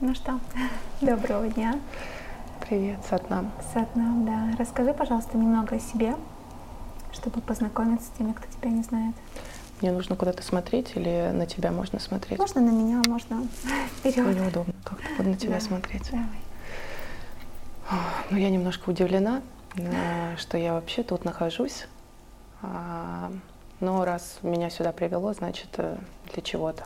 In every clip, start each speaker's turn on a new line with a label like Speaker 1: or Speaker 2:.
Speaker 1: Ну что, доброго дня.
Speaker 2: Привет, Сатнам.
Speaker 1: Сатнам, да. Расскажи, пожалуйста, немного о себе, чтобы познакомиться с теми, кто тебя не знает.
Speaker 2: Мне нужно куда-то смотреть или на тебя можно смотреть?
Speaker 1: Можно на меня, можно вперед.
Speaker 2: Мне удобно как-то вот на тебя смотреть.
Speaker 1: Давай.
Speaker 2: Ну, я немножко удивлена, что я вообще тут нахожусь. Но раз меня сюда привело, значит, для чего-то.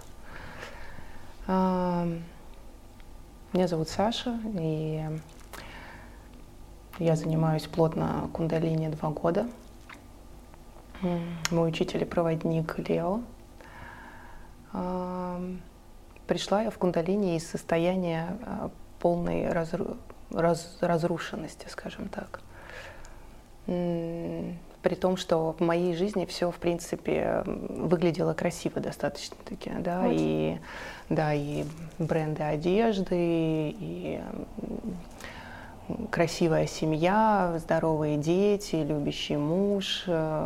Speaker 2: Меня зовут Саша, и я занимаюсь плотно кундалини 2 года. Мой учитель и проводник Лео. Пришла я в кундалини из состояния полной разрушенности, скажем так. При том, что в моей жизни все, в принципе, выглядело красиво достаточно-таки, да, и бренды одежды, и красивая семья, здоровые дети, любящий муж,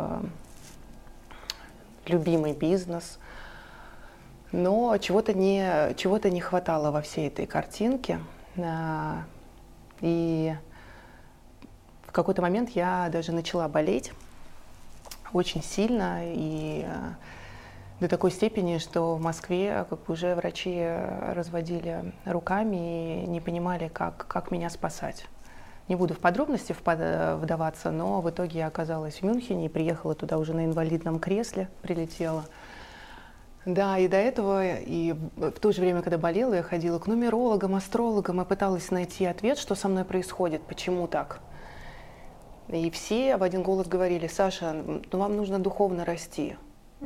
Speaker 2: любимый бизнес. Но чего-то не хватало во всей этой картинке. И в какой-то момент я даже начала болеть очень сильно, и до такой степени, что в Москве уже врачи разводили руками и не понимали, как меня спасать. Не буду в подробности вдаваться, но в итоге я оказалась в Мюнхене и приехала туда уже на инвалидном кресле, прилетела. Да, и до этого, и в то же время, когда болела, я ходила к нумерологам, астрологам и пыталась найти ответ, что со мной происходит, почему так. И все в один голос говорили: Саша, ну вам нужно духовно расти.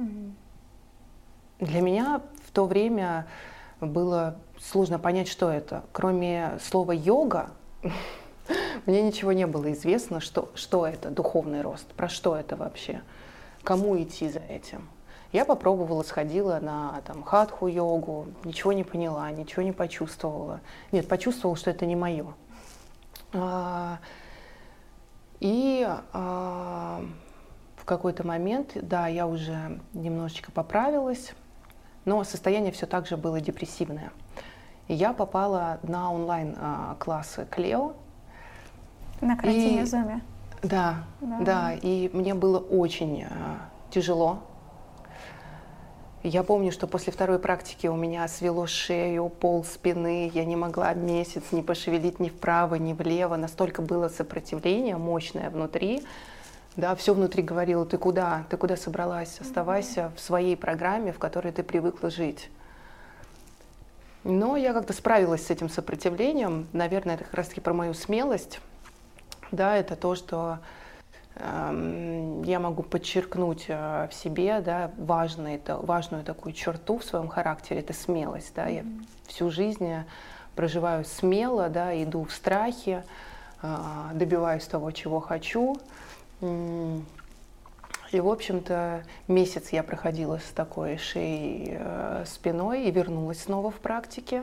Speaker 2: Для меня в то время было сложно понять, что это. Кроме слова йога, мне ничего не было известно, что это духовный рост, про что это вообще, кому идти за этим. Я попробовала, сходила на хатху-йогу, ничего не поняла, ничего не почувствовала. Нет, почувствовала, что это не мое. И в какой-то момент, да, я уже немножечко поправилась, но состояние все так же было депрессивное. И я попала на онлайн-классы к Лео.
Speaker 1: На карантине в Зуме.
Speaker 2: Да, и мне было очень тяжело. Я помню, что после второй практики у меня свело шею, пол спины, я не могла месяц ни пошевелить ни вправо, ни влево, настолько было сопротивление мощное внутри. Да, все внутри говорило: ты куда собралась, оставайся в своей программе, в которой ты привыкла жить. Но я как-то справилась с этим сопротивлением, наверное, это как раз-таки про мою смелость, да, это то, что я могу подчеркнуть в себе, да, важную такую черту в своем характере, это смелость, да, я всю жизнь проживаю смело, да, иду в страхе, добиваюсь того, чего хочу, и, в общем-то, месяц я проходила с такой шеей, спиной и вернулась снова в практике.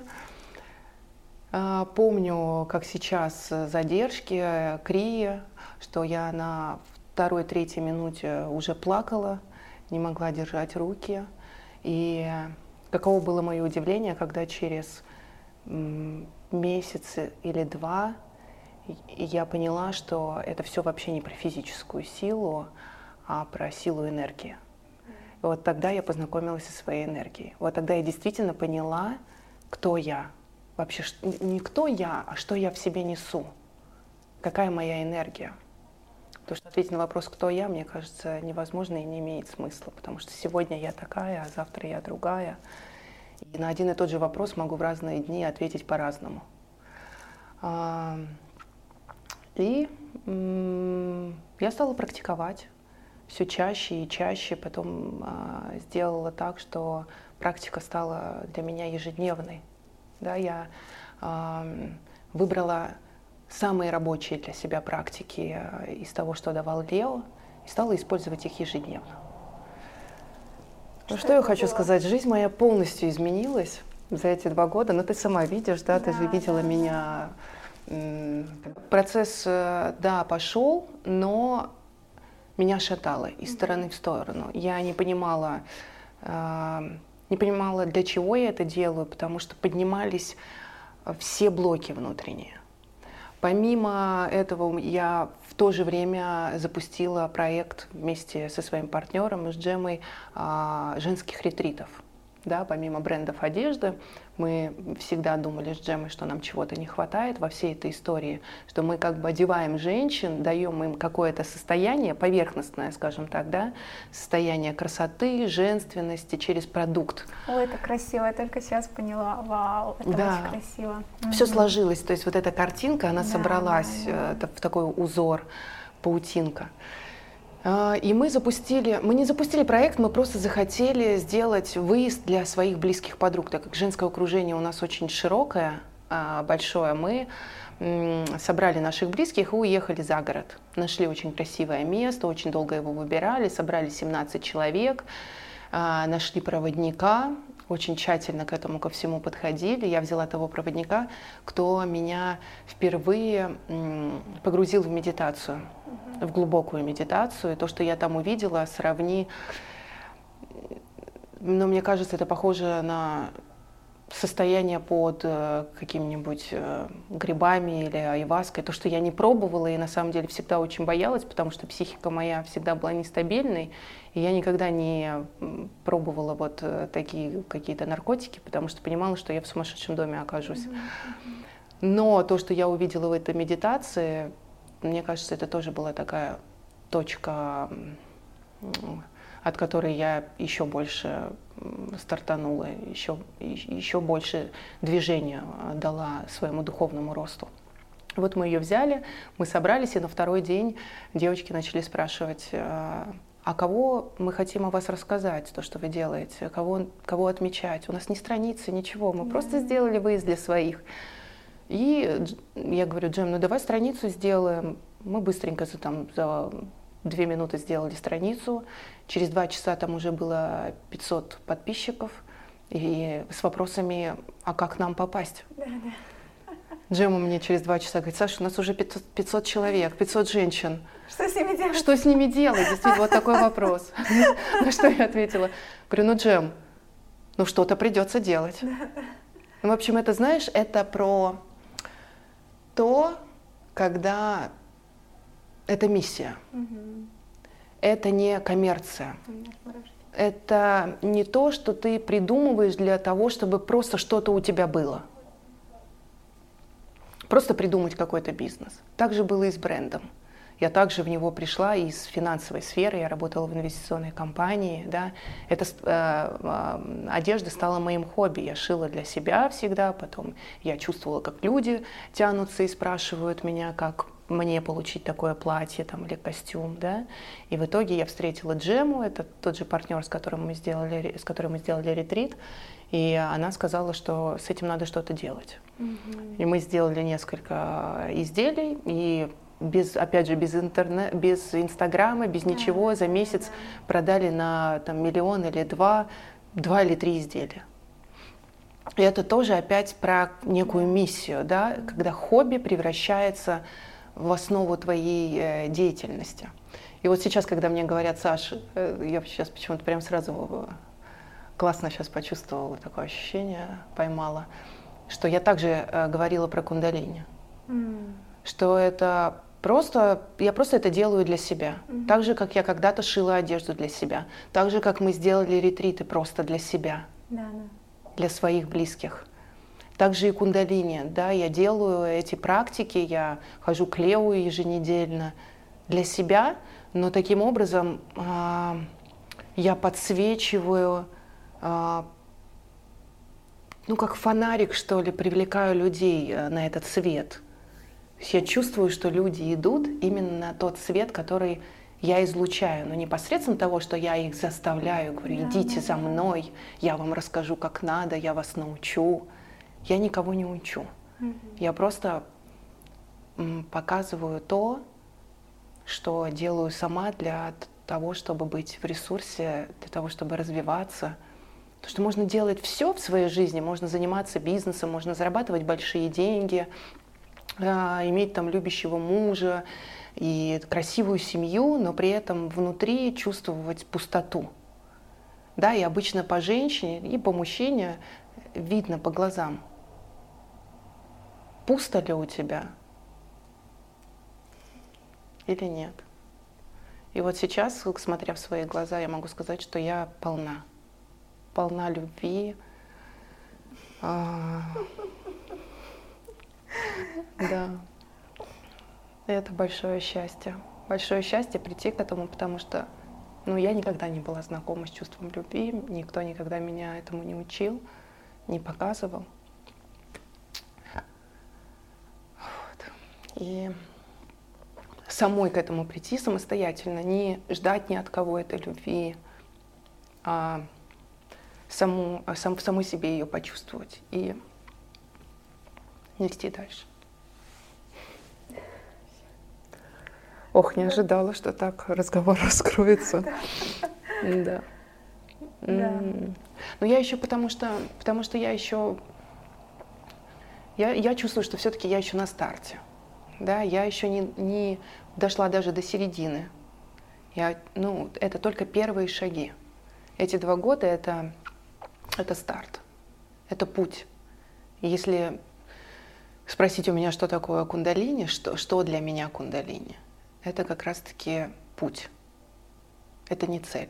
Speaker 2: Помню, как сейчас задержки, крии, что я на 2-3 минуте уже плакала, не могла держать руки. И каково было мое удивление, когда через месяц или 2 я поняла, что это все вообще не про физическую силу, а про силу энергии. И вот тогда я познакомилась со своей энергией. Вот тогда я действительно поняла, кто я. Вообще, не кто я, а что я в себе несу. Какая моя энергия. Потому что ответить на вопрос, кто я, мне кажется, невозможно и не имеет смысла. Потому что сегодня я такая, а завтра я другая. И на один и тот же вопрос могу в разные дни ответить по-разному. И я стала практиковать все чаще и чаще. Потом сделала так, что практика стала для меня ежедневной. Да, я выбрала самые рабочие для себя практики из того, что давал Лео, и стала использовать их ежедневно. Что я хочу сказать? Жизнь моя полностью изменилась за эти 2 года. Но ты сама видишь, да, ты же видела меня. Процесс, да, пошел, но меня шатало из стороны в сторону. Я не понимала, для чего я это делаю, потому что поднимались все блоки внутренние. Помимо этого, я в то же время запустила проект вместе со своим партнером, с Джемой, женских ретритов. Да, помимо брендов одежды, мы всегда думали с Джемой, что нам чего-то не хватает во всей этой истории, что мы как бы одеваем женщин, даем им какое-то состояние, поверхностное, скажем так, да, состояние красоты, женственности через продукт.
Speaker 1: Ой, это красиво, я только сейчас поняла. Вау, это очень красиво.
Speaker 2: Все сложилось, то есть вот эта картинка, она собралась в такой узор, паутинка. И мы не запустили проект, мы просто захотели сделать выезд для своих близких подруг. Так как женское окружение у нас очень широкое, большое, мы собрали наших близких и уехали за город. Нашли очень красивое место, очень долго его выбирали, собрали 17 человек, нашли проводника, очень тщательно к этому ко всему подходили. Я взяла того проводника, кто меня впервые погрузил в медитацию, в глубокую медитацию. И то, что я там увидела, сравни... Но мне кажется, это похоже на состояние под какими-нибудь грибами или айваской. То, что я не пробовала и на самом деле всегда очень боялась, потому что психика моя всегда была нестабильной. И я никогда не пробовала вот такие какие-то наркотики, потому что понимала, что я в сумасшедшем доме окажусь. Но то, что я увидела в этой медитации, мне кажется, это тоже была такая точка, от которой я еще больше стартанула, еще больше движения дала своему духовному росту. Вот мы ее взяли, мы собрались, и на второй день девочки начали спрашивать: а кого мы хотим о вас рассказать, то, что вы делаете, кого отмечать. У нас не страницы, ничего, мы просто сделали выезд для своих. И я говорю: Джем, ну давай страницу сделаем. Мы быстренько за 2 минуты сделали страницу. Через 2 часа там уже было 500 подписчиков. И с вопросами: а как нам попасть? Джема мне через 2 часа говорит: Саша, у нас уже 500 человек, 500 женщин.
Speaker 1: Что с ними делать?
Speaker 2: Что с ними делать? Действительно, вот такой вопрос. На что я ответила? Говорю: ну, Джем, ну что-то придется делать. Ну, в общем, это, знаешь, это про то, когда это миссия. Это не коммерция. Это не то, что ты придумываешь для того, чтобы просто что-то у тебя было. Просто придумать какой-то бизнес. Так же было и с брендом. Я также в него пришла из финансовой сферы, я работала в инвестиционной компании. Да. Одежда стала моим хобби. Я шила для себя всегда, потом я чувствовала, как люди тянутся и спрашивают меня, как мне получить такое платье там, или костюм. Да. И в итоге я встретила Джему, это тот же партнер, с которым мы сделали ретрит, и она сказала, что с этим надо что-то делать. И мы сделали несколько изделий, и опять же, без Инстаграма, без ничего, за месяц продали на 1 миллион или 2 или 3 изделия. И это тоже опять про некую миссию, да, когда хобби превращается в основу твоей деятельности. И вот сейчас, когда мне говорят: Саша, я сейчас почему-то прям сразу классно сейчас почувствовала такое ощущение, поймала, что я также говорила про кундалини, что это я просто это делаю для себя. Так же, как я когда-то шила одежду для себя. Так же, как мы сделали ретриты просто для себя. Для своих близких. Также и кундалини. Да, я делаю эти практики, я хожу к Леву еженедельно для себя, но таким образом я подсвечиваю, как фонарик, что ли, привлекаю людей на этот свет. Я чувствую, что люди идут именно на тот свет, который я излучаю, но не посредством того, что я их заставляю, говорю: идите за мной, я вам расскажу, как надо, я вас научу. Я никого не учу. Я просто показываю то, что делаю сама для того, чтобы быть в ресурсе, для того, чтобы развиваться. Потому что можно делать все в своей жизни, можно заниматься бизнесом, можно зарабатывать большие деньги, иметь там любящего мужа и красивую семью, но при этом внутри чувствовать пустоту. Да, и обычно по женщине и по мужчине видно по глазам. пусто ли у тебя или нет. И вот сейчас, смотря в свои глаза, я могу сказать, что я полна любви. Да. Это большое счастье. Большое счастье прийти к этому, потому что я никогда не была знакома с чувством любви, никто никогда меня этому не учил, не показывал. Вот. И самой к этому прийти самостоятельно, не ждать ни от кого этой любви, а в самой себе ее почувствовать и нести дальше. Ох, не ожидала, что так разговор раскроется. Да. Но я еще потому что я еще я чувствую, что все-таки я еще на старте. Да, я еще не дошла даже до середины. Это только первые шаги. Эти 2 года это старт, это путь. И если спросить у меня, что такое кундалини, что для меня кундалини, это как раз-таки путь. Это не цель.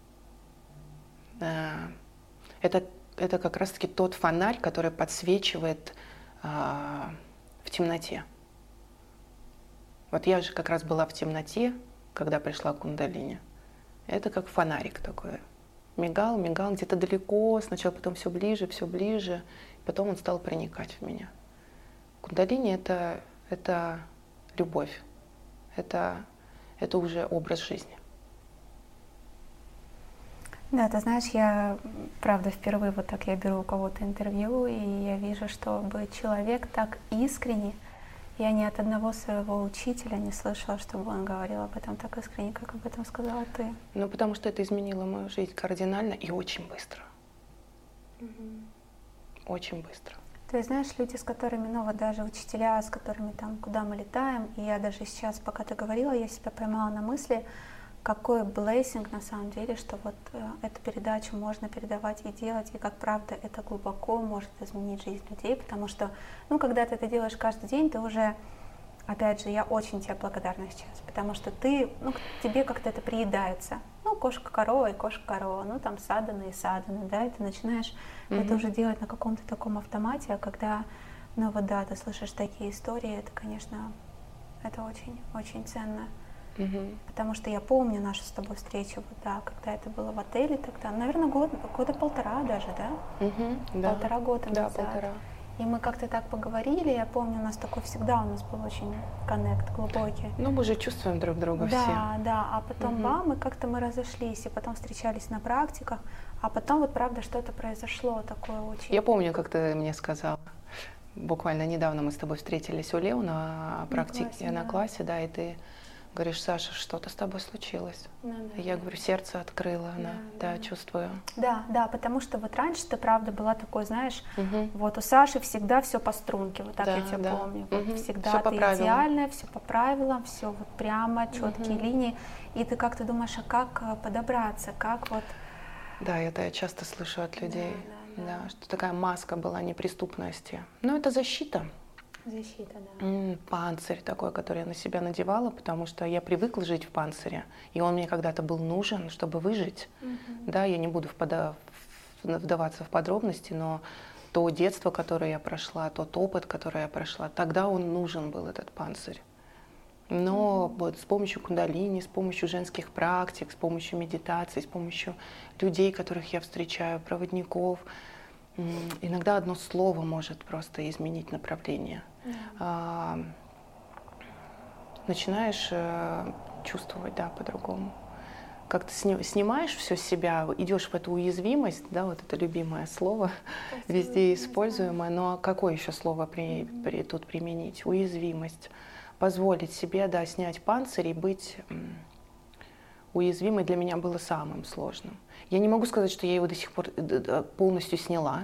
Speaker 2: Это как раз-таки тот фонарь, который подсвечивает в темноте. Вот я же как раз была в темноте, когда пришла кундалини. Это как фонарик такой. Мигал, где-то далеко, сначала потом все ближе, потом он стал проникать в меня. Кундалини это любовь, это уже образ жизни.
Speaker 1: Да, ты знаешь, я, правда, впервые вот так я беру у кого-то интервью, и я вижу, чтобы человек так искренне, я ни от одного своего учителя не слышала, чтобы он говорил об этом так искренне, как об этом сказала ты.
Speaker 2: Потому что это изменило мою жизнь кардинально и очень быстро. Очень быстро.
Speaker 1: То есть, знаешь, люди, с которыми, вот даже учителя, с которыми там, куда мы летаем, и я даже сейчас, пока ты говорила, я себя поймала на мысли, какой блессинг на самом деле, что вот эту передачу можно передавать и делать, и как правда это глубоко может изменить жизнь людей, потому что, когда ты это делаешь каждый день, ты уже, опять же, я очень тебе благодарна сейчас, потому что ты, тебе как-то это приедается. Кошка-корова и кошка-корова, там саданы и саданы, да, и ты начинаешь это уже делать на каком-то таком автомате, а когда, ты слышишь такие истории, это, конечно, это очень-очень ценно. Потому что я помню нашу с тобой встречу, когда это было в отеле тогда, наверное, года 1.5 даже, да?
Speaker 2: Да.
Speaker 1: 1.5 года назад.
Speaker 2: Да, 1.5.
Speaker 1: И мы как-то так поговорили, я помню, у нас был очень коннект глубокий.
Speaker 2: Мы же чувствуем друг друга все.
Speaker 1: Да, а потом бам, и как-то мы разошлись, и потом встречались на практиках, а потом вот правда что-то произошло такое очень.
Speaker 2: Я помню, как ты мне сказала, буквально недавно мы с тобой встретились у Лео на практике, на классе, да, и ты говоришь: Саша, что-то с тобой случилось. Я говорю, сердце открыла она, да, чувствую.
Speaker 1: Да, потому что вот раньше ты, правда, была такой, знаешь, вот у Саши всегда все по струнке, вот так я тебя помню. Вот всегда
Speaker 2: всё
Speaker 1: ты идеальная, все по правилам, все вот прямо, четкие линии. И ты как-то думаешь, а как подобраться, как вот...
Speaker 2: Да, это я часто слышу от людей, да, что такая маска была неприступности. Это защита.
Speaker 1: Защита, да.
Speaker 2: Панцирь такой, который я на себя надевала, потому что я привыкла жить в панцире, и он мне когда-то был нужен, чтобы выжить. Да, я не буду вдаваться в подробности, но то детство, которое я прошла, тот опыт, который я прошла, тогда он нужен был, этот панцирь. Но вот с помощью кундалини, с помощью женских практик, с помощью медитации, с помощью людей, которых я встречаю, проводников, иногда одно слово может просто изменить направление. Начинаешь чувствовать, да, по-другому. Как ты снимаешь все с себя, идешь в эту уязвимость, да, вот это любимое слово, везде используемое, но какое еще слово тут применить? Уязвимость. Позволить себе, да, снять панцирь и быть уязвимой для меня было самым сложным. Я не могу сказать, что я его до сих пор полностью сняла,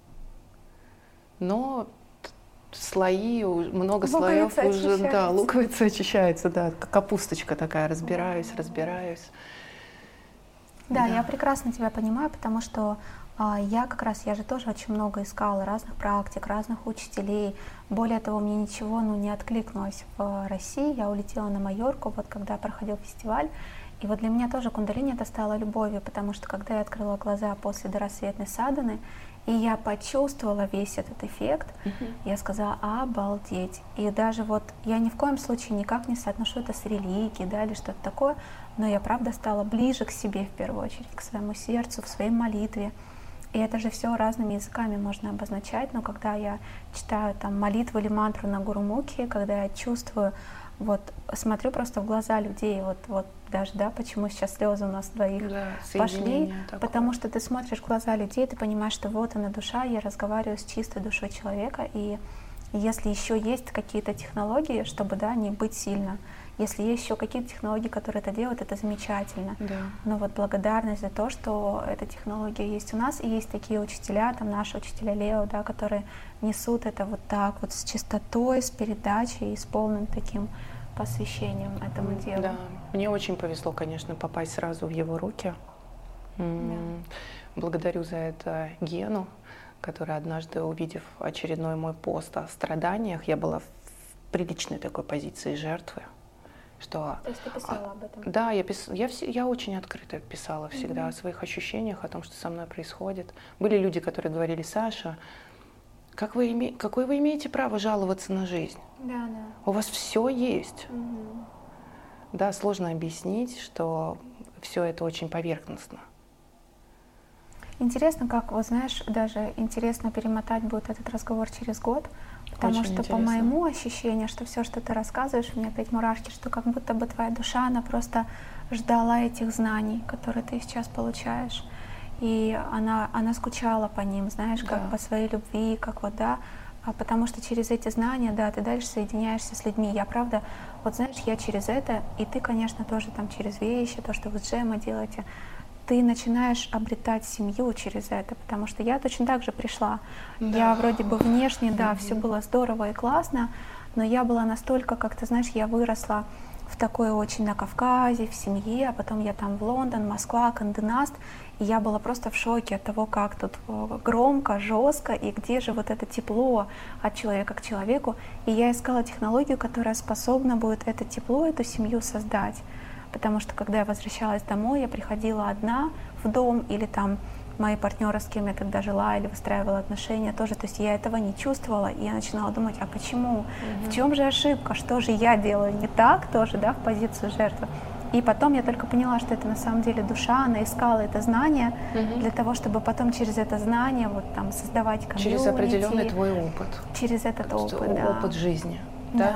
Speaker 2: но слои, много слоев уже, да, луковица очищается, да, как капусточка такая, разбираюсь.
Speaker 1: Да, я прекрасно тебя понимаю, потому что Я как раз, я же тоже очень много искала разных практик, разных учителей. Более того, мне ничего не откликнулось в России. Я улетела на Майорку, вот когда проходил фестиваль. И вот для меня тоже кундалини это стало любовью, потому что когда я открыла глаза после дорассветной садханы, и я почувствовала весь этот эффект, я сказала: обалдеть. И даже вот я ни в коем случае никак не соотношу это с религией, да, или что-то такое, но я правда стала ближе к себе в первую очередь, к своему сердцу, в своей молитве. И это же все разными языками можно обозначать, но когда я читаю там молитву или мантру на Гурумухи, когда я чувствую, вот смотрю просто в глаза людей, вот даже, да, почему сейчас слезы у нас двоих пошли, потому что ты смотришь в глаза людей, ты понимаешь, что вот она душа, я разговариваю с чистой душой человека, и если еще есть какие-то технологии, чтобы, да, не быть сильно, если есть еще какие-то технологии, которые это делают, это замечательно.
Speaker 2: Да.
Speaker 1: Но вот благодарность за то, что эта технология есть у нас, и есть такие учителя, там наши учителя Лео, да, которые несут это вот так вот с чистотой, с передачей, с полным таким посвящением этому делу.
Speaker 2: Да, мне очень повезло, конечно, попасть сразу в его руки. Благодарю за это Гену, который однажды, увидев очередной мой пост о страданиях, я была в приличной такой позиции жертвы. Что,
Speaker 1: то есть ты писала об этом?
Speaker 2: Да, я очень открыто писала всегда о своих ощущениях, о том, что со мной происходит. Были люди, которые говорили: Саша, какое вы имеете право жаловаться на жизнь?
Speaker 1: Да.
Speaker 2: У вас все есть. Да, сложно объяснить, что все это очень поверхностно.
Speaker 1: Интересно, как, вот знаешь, даже интересно перемотать будет этот разговор через год, потому
Speaker 2: очень
Speaker 1: что
Speaker 2: интересно.
Speaker 1: По моему ощущению, что все, что ты рассказываешь, у меня опять мурашки, что как будто бы твоя душа, она просто ждала этих знаний, которые ты сейчас получаешь. И она скучала по ним, знаешь, как по своей любви, как вот, да, потому что через эти знания, да, ты дальше соединяешься с людьми. Я правда, вот знаешь, я через это, и ты, конечно, тоже там через вещи, то, что вы с Джемой делаете, ты начинаешь обретать семью через это, потому что я точно так же пришла. Да. Я вроде бы внешне, да, все было здорово и классно, но я была настолько, как ты знаешь, я выросла в такой очень на Кавказе, в семье, а потом я там в Лондон, Москва, Канде Наст, и я была просто в шоке от того, как тут громко, жестко, и где же вот это тепло от человека к человеку. И я искала технологию, которая способна будет это тепло, эту семью создать. Потому что когда я возвращалась домой, я приходила одна в дом, или там мои партнеры, с кем я тогда жила или выстраивала отношения, тоже, то есть я этого не чувствовала, и я начинала думать: а почему? В чем же ошибка? Что же я делаю не так тоже, да, в позицию жертвы? И потом я только поняла, что это на самом деле душа, она искала это знание для того, чтобы потом через это знание вот там создавать комьюнити.
Speaker 2: Через определенный твой опыт.
Speaker 1: Через этот опыт, да.
Speaker 2: Опыт жизни.
Speaker 1: Да.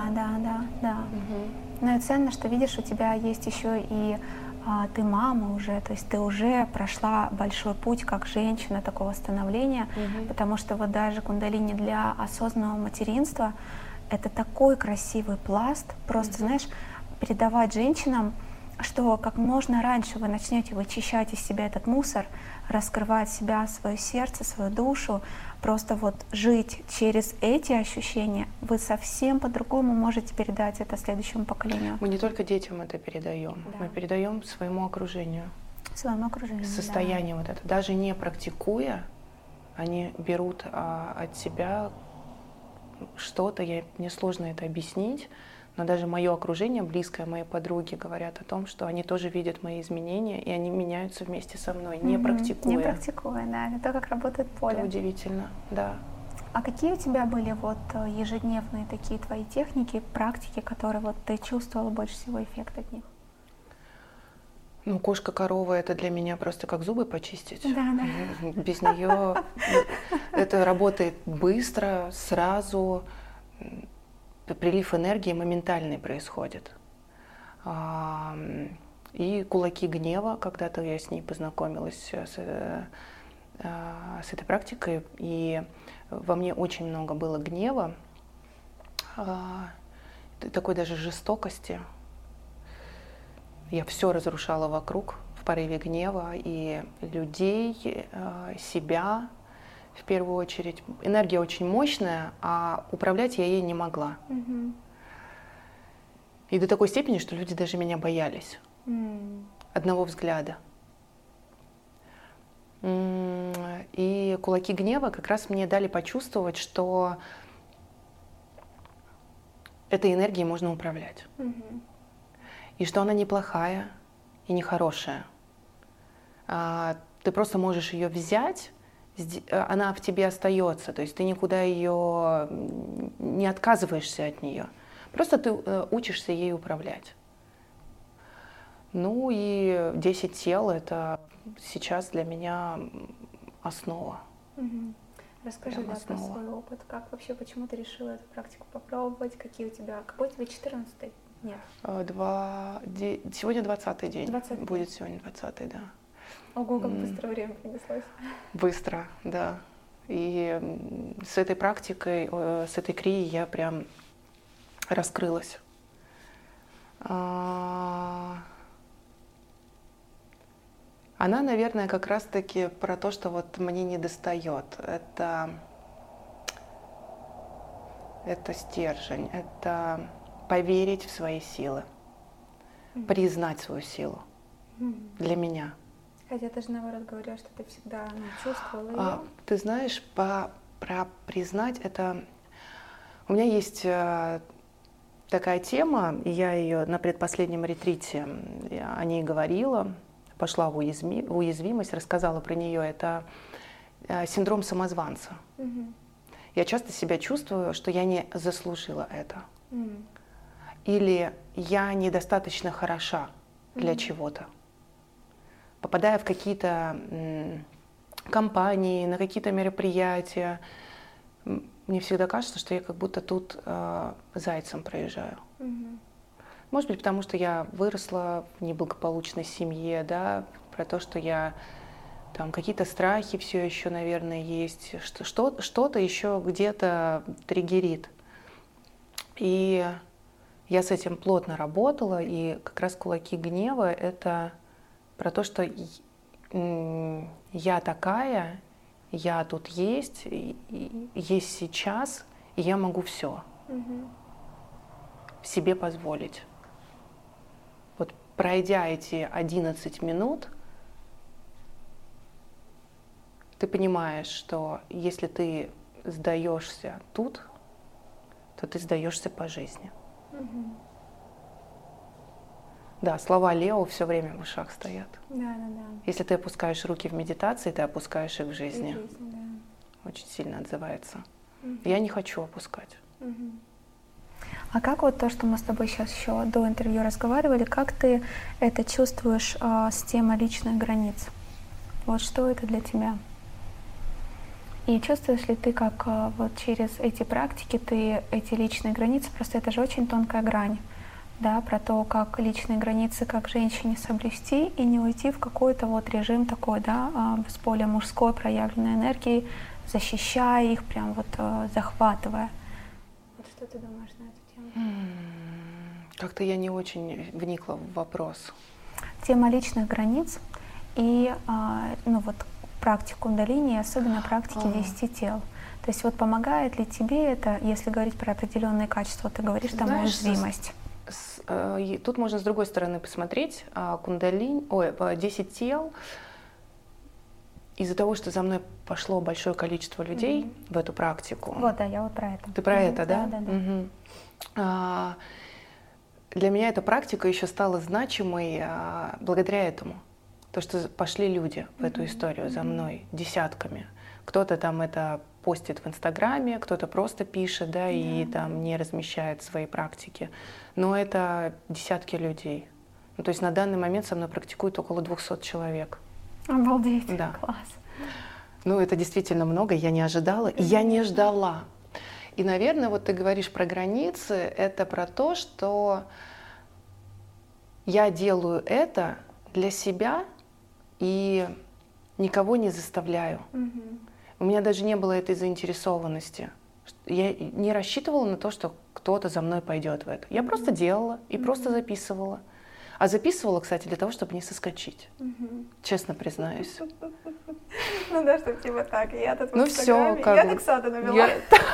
Speaker 1: Но и ценно, что видишь, у тебя есть еще и ты мама уже, то есть ты уже прошла большой путь как женщина такого становления, потому что вот даже кундалини для осознанного материнства — это такой красивый пласт, просто, знаешь, передавать женщинам, что как можно раньше вы начнете вычищать из себя этот мусор, раскрывать себя, свое сердце, свою душу, просто вот жить через эти ощущения, вы совсем по-другому можете передать это следующему поколению.
Speaker 2: Мы не только детям это передаем, мы передаем своему окружению.
Speaker 1: Своему окружению,
Speaker 2: состояние вот это. Даже не практикуя, они берут от себя что-то, мне сложно это объяснить, но даже мое окружение, близкое, мои подруги говорят о том, что они тоже видят мои изменения, и они меняются вместе со мной, не практикуя.
Speaker 1: Не практикуя, да. Это как работает поле.
Speaker 2: Это удивительно, да.
Speaker 1: А какие у тебя были вот ежедневные такие твои техники, практики, которые вот ты чувствовала больше всего эффект от них?
Speaker 2: Ну, кошка-корова — это для меня просто как зубы почистить.
Speaker 1: Да.
Speaker 2: Без нее это работает быстро, сразу. Прилив энергии моментальный происходит. И кулаки гнева, когда-то я с ней познакомилась, с этой практикой, и во мне очень много было гнева, такой даже жестокости. Я все разрушала вокруг в порыве гнева, и людей, себя в первую очередь. Энергия очень мощная, а управлять я ей не могла. И до такой степени, что люди даже меня боялись. Одного взгляда. И кулаки гнева как раз мне дали почувствовать, что этой энергией можно управлять. И что она неплохая и нехорошая. Ты просто можешь ее взять, она в тебе остается, то есть ты никуда ее не отказываешься от нее. Просто ты учишься ей управлять. Ну и 10 тел — это сейчас для меня основа.
Speaker 1: Расскажи, да, про свой опыт. Как вообще, почему ты решила эту практику попробовать? Какой у тебя 14-й? Нет.
Speaker 2: Сегодня 20-й день.
Speaker 1: 20-й.
Speaker 2: Будет сегодня 20-й, да.
Speaker 1: Ого, как быстро время принеслось.
Speaker 2: Быстро, да. И с этой практикой, с этой крией я прям раскрылась. Она, наверное, как раз-таки про то, что вот мне недостает. Это стержень, это поверить в свои силы, признать свою силу для меня.
Speaker 1: Хотя ты же, наоборот, говорила, что ты всегда чувствовала ее.
Speaker 2: Ты знаешь, про признать это... У меня есть такая тема, и я ее на предпоследнем ретрите о ней говорила, пошла в уязвимость, рассказала про нее. Это синдром самозванца. Я часто себя чувствую, что я не заслужила это. Или я недостаточно хороша для чего-то. Попадая в какие-то компании, на какие-то мероприятия, мне всегда кажется, что я как будто тут зайцем проезжаю. Может быть, потому что я выросла в неблагополучной семье, да, про то, что я там какие-то страхи все еще, наверное, есть, что-то еще где-то триггерит. И я с этим плотно работала, и как раз кулаки гнева — это про то, что я такая, я тут есть сейчас, и я могу все себе позволить. Вот пройдя эти 11 минут, ты понимаешь, что если ты сдаешься тут, то ты сдаешься по жизни. Да, слова Лео все время в ушах стоят.
Speaker 1: Да.
Speaker 2: Если ты опускаешь руки в медитации, ты опускаешь их в жизни.
Speaker 1: Да.
Speaker 2: Очень сильно отзывается. Я не хочу опускать.
Speaker 1: А как вот то, что мы с тобой сейчас еще до интервью разговаривали, как ты это чувствуешь с темой личных границ? Вот что это для тебя? И чувствуешь ли ты, как вот через эти практики ты эти личные границы, просто это же очень тонкая грань, да, про то, как личные границы, как женщине соблюсти и не уйти в какой-то вот режим такой, да, с более мужской проявленной энергией, защищая их, прям вот захватывая. Вот что ты думаешь на эту тему?
Speaker 2: Как-то я не очень вникла в вопрос.
Speaker 1: Тема личных границ и вот практик кундалини, особенно практики 10 тел. То есть вот помогает ли тебе это, если говорить про определенные качества, ты говоришь, там уязвимость?
Speaker 2: Тут можно с другой стороны посмотреть. Кундалини, 10 тел. Из-за того, что за мной пошло большое количество людей в эту практику.
Speaker 1: Вот, да, я вот про это.
Speaker 2: Ты про это, да?
Speaker 1: Да.
Speaker 2: Для меня эта практика еще стала значимой благодаря этому. То, что пошли люди в эту историю за мной десятками. Кто-то там это постит в Инстаграме, кто-то просто пишет, да, и там не размещает свои практики. Но это десятки людей. Ну, то есть на данный момент со мной практикует около 200 человек.
Speaker 1: Обалдеть,
Speaker 2: да.
Speaker 1: Класс.
Speaker 2: Ну, это действительно много, я не ожидала, и я не ждала. И, наверное, вот ты говоришь про границы, это про то, что я делаю это для себя и никого не заставляю. У меня даже не было этой заинтересованности. Я не рассчитывала на то, что кто-то за мной пойдет в это. Я просто делала и просто записывала. А записывала, кстати, для того, чтобы не соскочить. Честно признаюсь.
Speaker 1: Ну да, чтобы типа так. Я тут в
Speaker 2: Инстаграме,
Speaker 1: я так сада навела.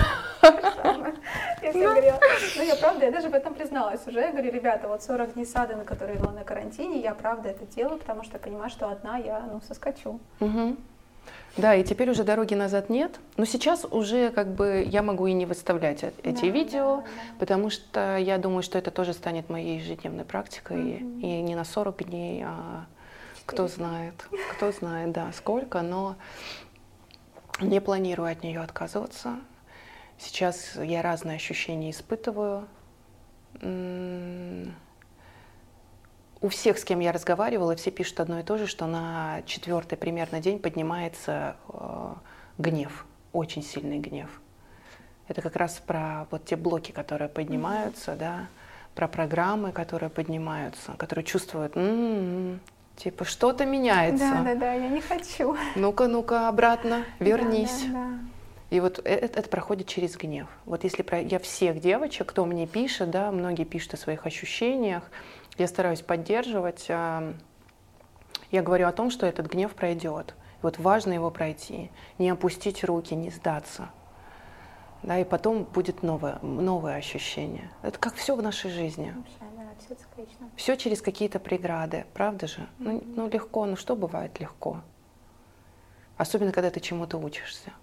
Speaker 1: Я всем говорила. Ну я правда, я даже в этом призналась уже. Я говорю, ребята, вот 40 дней сада, на которые я была на карантине, я правда это делаю, потому что я понимаю, что одна я, соскочу.
Speaker 2: Да, и теперь уже дороги назад нет. Но сейчас уже как бы я могу и не выставлять эти видео, потому что я думаю, что это тоже станет моей ежедневной практикой. И не на 40 дней, а кто знает, да, сколько. Но не планирую от нее отказываться. Сейчас я разные ощущения испытываю. У всех, с кем я разговаривала, все пишут одно и то же, что на 4-й примерно день поднимается гнев, очень сильный гнев. Это как раз про вот те блоки, которые поднимаются, да, про программы, которые поднимаются, которые чувствуют, типа что-то меняется.
Speaker 1: Да, я не хочу.
Speaker 2: Ну-ка, обратно, вернись.
Speaker 1: Да.
Speaker 2: И вот это проходит через гнев. Вот если я всех девочек, кто мне пишет, да, многие пишут о своих ощущениях, я стараюсь поддерживать. Я говорю о том, что этот гнев пройдет. Вот важно его пройти, не опустить руки, не сдаться. Да, и потом будет новое ощущение. Это как все в нашей жизни.
Speaker 1: Вообще, да, все циклично.
Speaker 2: Все через какие-то преграды, правда же? Ну легко, ну что бывает легко? Особенно, когда ты чему-то учишься.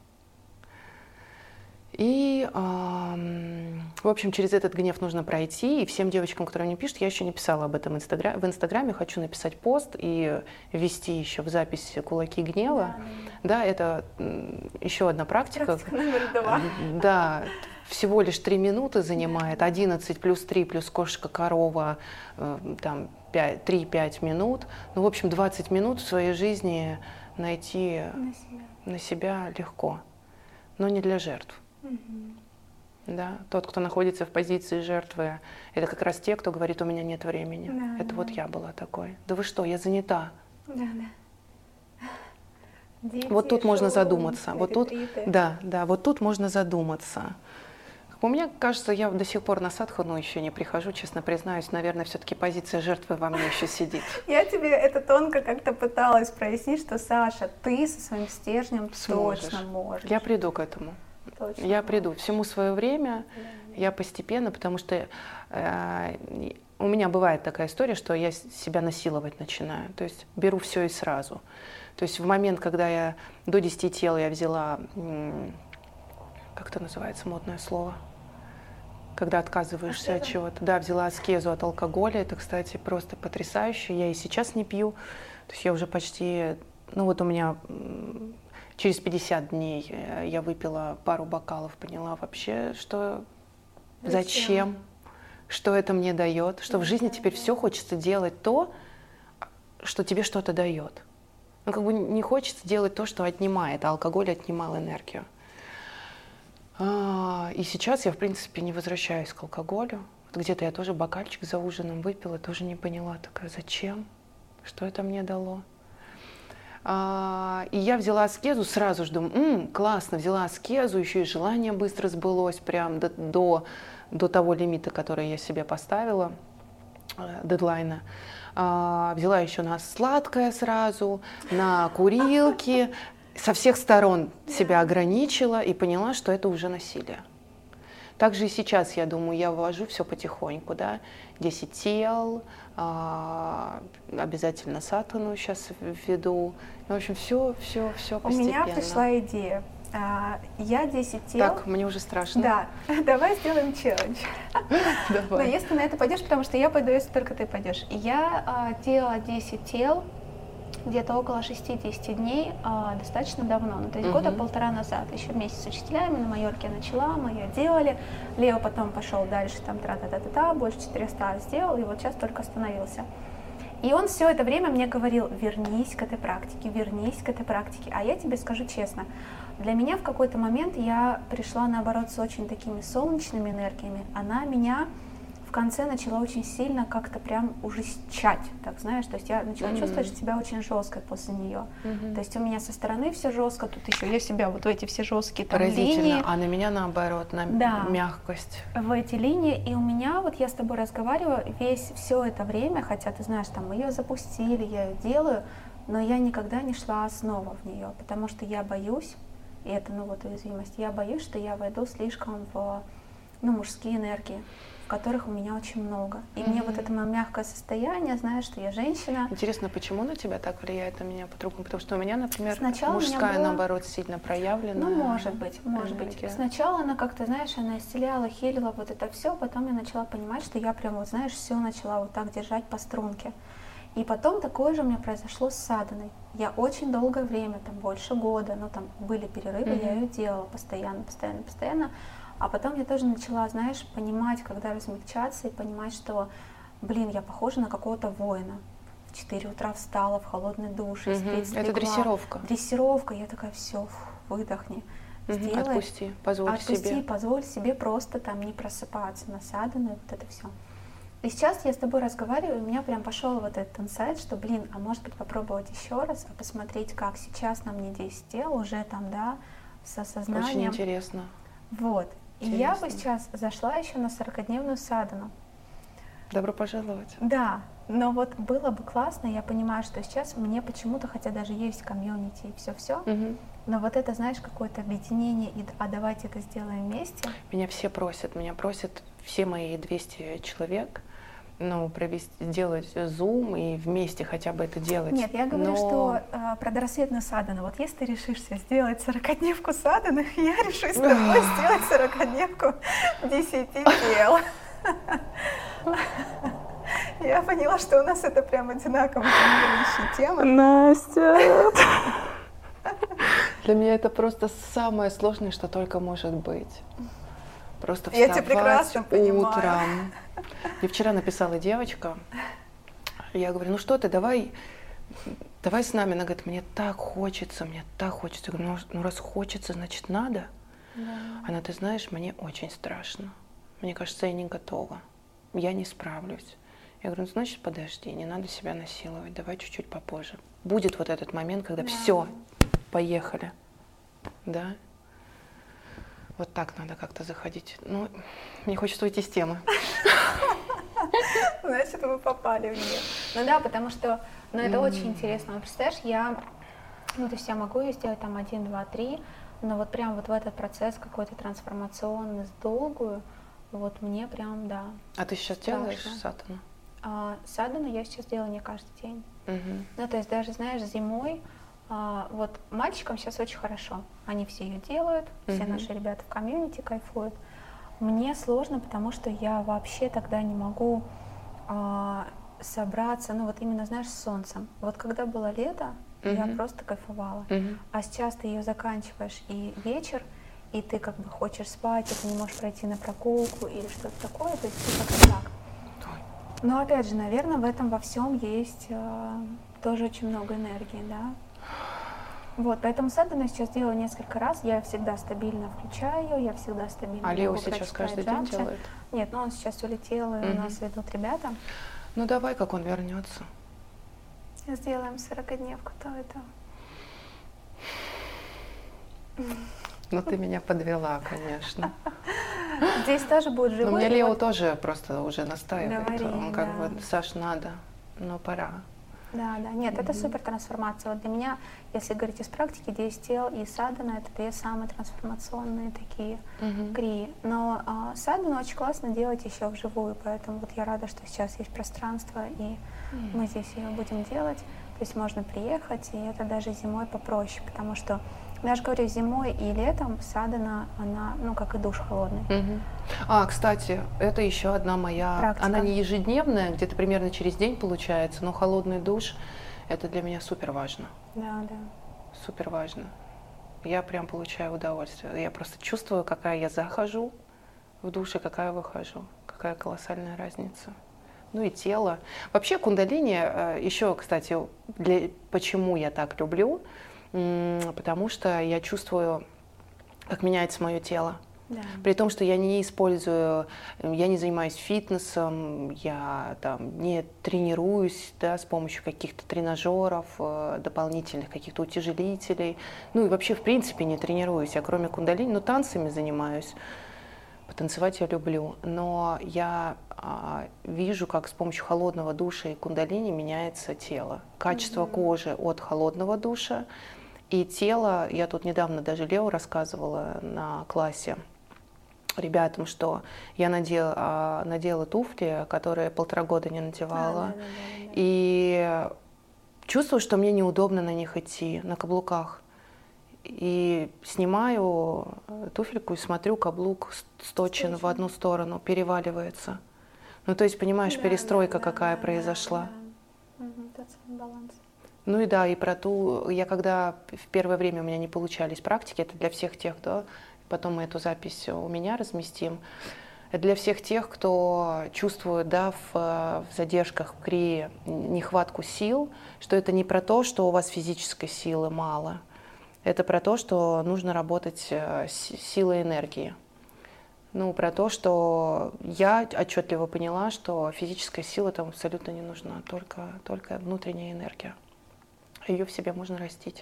Speaker 2: И, в общем, через этот гнев нужно пройти. И всем девочкам, которые мне пишут, я еще не писала об этом в Инстаграме, хочу написать пост и ввести еще в запись «Кулаки гнева». Да, это еще одна практика.
Speaker 1: Практика номер 2.
Speaker 2: Да, всего лишь 3 минуты занимает, 11 плюс 3 плюс кошка-корова, там 3-5 минут. Ну, в общем, 20 минут в своей жизни найти на себя легко, но не для жертв. Да, тот, кто находится в позиции жертвы, это как раз те, кто говорит, у меня нет времени. Это вот я была такой. Да вы что, я занята.
Speaker 1: Дети,
Speaker 2: вот тут можно задуматься.
Speaker 1: Вот
Speaker 2: тут можно задуматься. Мне кажется, я до сих пор на садхану еще не прихожу, честно признаюсь. Наверное, все-таки позиция жертвы во мне еще сидит.
Speaker 1: Я тебе это тонко как-то пыталась прояснить, что, Саша, ты со своим стержнем точно можешь.
Speaker 2: Я приду к этому. Я приду. Всему свое время, я постепенно, потому что у меня бывает такая история, что я себя насиловать начинаю. То есть беру все и сразу. То есть в момент, когда я до 10 тел я взяла, как это называется, модное слово? Когда отказываешься от чего-то. Да, взяла аскезу от алкоголя. Это, кстати, просто потрясающе. Я и сейчас не пью. То есть я уже почти, ну вот у меня через 50 дней я выпила пару бокалов, поняла вообще, что зачем, что это мне дает, что в жизни теперь все хочется делать то, что тебе что-то дает. Ну, как бы не хочется делать то, что отнимает, а алкоголь отнимал энергию. И сейчас я, в принципе, не возвращаюсь к алкоголю. Вот где-то я тоже бокальчик за ужином выпила, тоже не поняла, такая, зачем, что это мне дало. И я взяла аскезу, сразу же думаю, классно, взяла аскезу, еще и желание быстро сбылось, прям до того лимита, который я себе поставила, дедлайна. Взяла еще на сладкое сразу, на курилки, со всех сторон себя ограничила и поняла, что это уже насилие. Также и сейчас, я думаю, я ввожу все потихоньку, да, 10 тел, обязательно сатану сейчас введу. В общем, все постепенно. У
Speaker 1: меня пришла идея. Я 10 тел.
Speaker 2: Так, мне уже страшно.
Speaker 1: Да, давай сделаем челлендж.
Speaker 2: Давай.
Speaker 1: Но если ты на это пойдешь, потому что я пойду, если только ты пойдешь. Я делала 10 тел где-то около 60 дней достаточно давно, то есть года полтора назад, еще вместе с учителями на Майорке я начала, мы ее делали, Лео потом пошел дальше, там тра-та-та-та-та, больше 400 сделал, и вот сейчас только остановился. И он все это время мне говорил, вернись к этой практике, а я тебе скажу честно, для меня в какой-то момент я пришла, наоборот, с очень такими солнечными энергиями, она меня в конце начала очень сильно как-то прям ужестчать, так знаешь, то есть я начала чувствовать себя очень жесткой после нее. То есть у меня со стороны все жестко, тут еще я себя вот в эти все жесткие там линии.
Speaker 2: А на меня наоборот, на мягкость.
Speaker 1: В эти линии, и у меня, вот я с тобой разговариваю, все это время, хотя ты знаешь, там мы ее запустили, я ее делаю, но я никогда не шла снова в нее, потому что я боюсь, и это, вот уязвимость, я боюсь, что я войду слишком в, мужские энергии. которых у меня очень много. И мне вот это мое мягкое состояние, знаешь, что я женщина.
Speaker 2: Интересно, почему на тебя так влияет, на меня по-другому? Потому что у меня, например,
Speaker 1: Сначала
Speaker 2: мужская,
Speaker 1: была...
Speaker 2: наоборот, сильно проявлена.
Speaker 1: Ну, может быть. Сначала она как-то, знаешь, она исцеляла, хилила вот это все, потом я начала понимать, что я прям, вот знаешь, все начала вот так держать по струнке. И потом такое же у меня произошло с саданой. Я очень долгое время, там больше года, но там были перерывы, я ее делала постоянно. А потом я тоже начала, знаешь, понимать, когда размягчаться и понимать, что, блин, я похожа на какого-то воина. В 4 утра встала в холодный душ,
Speaker 2: это дрессировка.
Speaker 1: Дрессировка, я такая, все, выдохни. Сделай,
Speaker 2: отпусти, позволь
Speaker 1: себе просто там не просыпаться на садану, вот это все. И сейчас я с тобой разговариваю, и у меня прям пошел вот этот инсайт, что, блин, а может быть попробовать еще раз, а посмотреть, как сейчас на мне 10 тел уже там, да, с осознанием.
Speaker 2: Очень интересно.
Speaker 1: Вот. Интересно. И я бы сейчас зашла еще на 40-дневную садану.
Speaker 2: Добро пожаловать.
Speaker 1: Да, но вот было бы классно, я понимаю, что сейчас мне почему-то, хотя даже есть комьюнити и все-все, но вот это, знаешь, какое-то объединение, а давайте это сделаем вместе.
Speaker 2: Меня просят все мои 200 человек, ну, сделать Zoom и вместе хотя бы это делать.
Speaker 1: Нет, я говорю, что про дорассветную садану. Вот если ты решишься сделать 40-дневку саданы, я решусь с тобой сделать 40-дневку 10 тел. Я поняла, что у нас это прям одинаково формирующая тема.
Speaker 2: Настя! Для меня это просто самое сложное, что только может быть. Просто вставать
Speaker 1: я тебя прекрасно
Speaker 2: утром.
Speaker 1: Понимаю.
Speaker 2: Мне вчера написала девочка, я говорю, ну что ты, давай с нами. Она говорит, мне так хочется. Я говорю, ну раз хочется, значит надо.
Speaker 1: Да.
Speaker 2: Она, ты знаешь, мне очень страшно. Мне кажется, я не готова. Я не справлюсь. Я говорю, ну значит подожди, не надо себя насиловать, давай чуть-чуть попозже. Будет вот этот момент, когда все, поехали. Да? Вот так надо как-то заходить. Ну, мне хочется уйти с темы.
Speaker 1: Значит, вы попали в нее. Ну да, потому что, это очень интересно. Представляешь, я могу ее сделать там 1, 2, 3, но вот прям вот в этот процесс какой-то трансформационный, долгую, вот мне прям, да.
Speaker 2: А ты сейчас делаешь садану?
Speaker 1: Садану я сейчас делаю не каждый день. Ну, то есть даже, знаешь, зимой, вот мальчикам сейчас очень хорошо. Они все ее делают, все наши ребята в комьюнити кайфуют. Мне сложно, потому что я вообще тогда не могу собраться, ну вот именно, знаешь, с солнцем. Вот когда было лето, я просто кайфовала. А сейчас ты ее заканчиваешь и вечер, и ты как бы хочешь спать, и ты не можешь пройти на прогулку или что-то такое, то есть ты как-то так. Но опять же, наверное, в этом во всем есть тоже очень много энергии, да. Вот, поэтому садану я сейчас делаю несколько раз, я всегда стабильно включаю ее, я всегда стабильно.
Speaker 2: А Лео сейчас каждый день делает?
Speaker 1: Нет, он сейчас улетел, и у нас ведут ребята.
Speaker 2: Ну давай, как он вернется.
Speaker 1: Сделаем 40-дневку, то это.
Speaker 2: Ну ты меня подвела, конечно.
Speaker 1: Здесь тоже будет живой.
Speaker 2: Но мне Лео тоже просто уже настаивает. Он как бы, Саш, надо, но пора.
Speaker 1: Да. Нет, это супер трансформация. Вот для меня, если говорить из практики, 10 тел и садана — это 2 самые трансформационные такие крии. Но садану очень классно делать еще вживую, поэтому вот я рада, что сейчас есть пространство, и мы здесь ее будем делать. То есть можно приехать, и это даже зимой попроще, потому что даже говорю, зимой и летом садана, она, как и душ холодный.
Speaker 2: Кстати, это еще одна моя
Speaker 1: практика.
Speaker 2: Она не ежедневная, где-то примерно через день получается, но холодный душ — это для меня супер важно.
Speaker 1: Да.
Speaker 2: Супер важно. Я прям получаю удовольствие. Я просто чувствую, какая я захожу в душ и какая выхожу. Какая колоссальная разница. Ну и тело. Вообще кундалини, еще, кстати, почему я так люблю, потому что я чувствую, как меняется мое тело.
Speaker 1: Да.
Speaker 2: При том, что я не занимаюсь фитнесом, я там не тренируюсь, да, с помощью каких-то тренажеров, дополнительных каких-то утяжелителей. Ну и вообще, в принципе, не тренируюсь. Я кроме кундалини, танцами занимаюсь. Потанцевать я люблю. Но я вижу, как с помощью холодного душа и кундалини меняется тело. Качество кожи от холодного душа и тело. Я тут недавно даже Лео рассказывала на классе. ребятам, что я надела туфли, которые 1,5 года не надевала.
Speaker 1: Да.
Speaker 2: И чувствую, что мне неудобно на них идти, на каблуках. И снимаю туфельку и смотрю, каблук сточен в одну сторону, переваливается. Ну, то есть, понимаешь, перестройка какая произошла.
Speaker 1: Тот самый баланс.
Speaker 2: Ну и да, и про ту... Я когда в первое время у меня не получались практики, это для всех тех, кто... Потом мы эту запись у меня разместим. Это для всех тех, кто чувствует, да, в задержках, в крие нехватку сил, что это не про то, что у вас физической силы мало. Это про то, что нужно работать с силой энергии. Ну, про то, что я отчетливо поняла, что физическая сила там абсолютно не нужна, только внутренняя энергия. Ее в себе можно растить.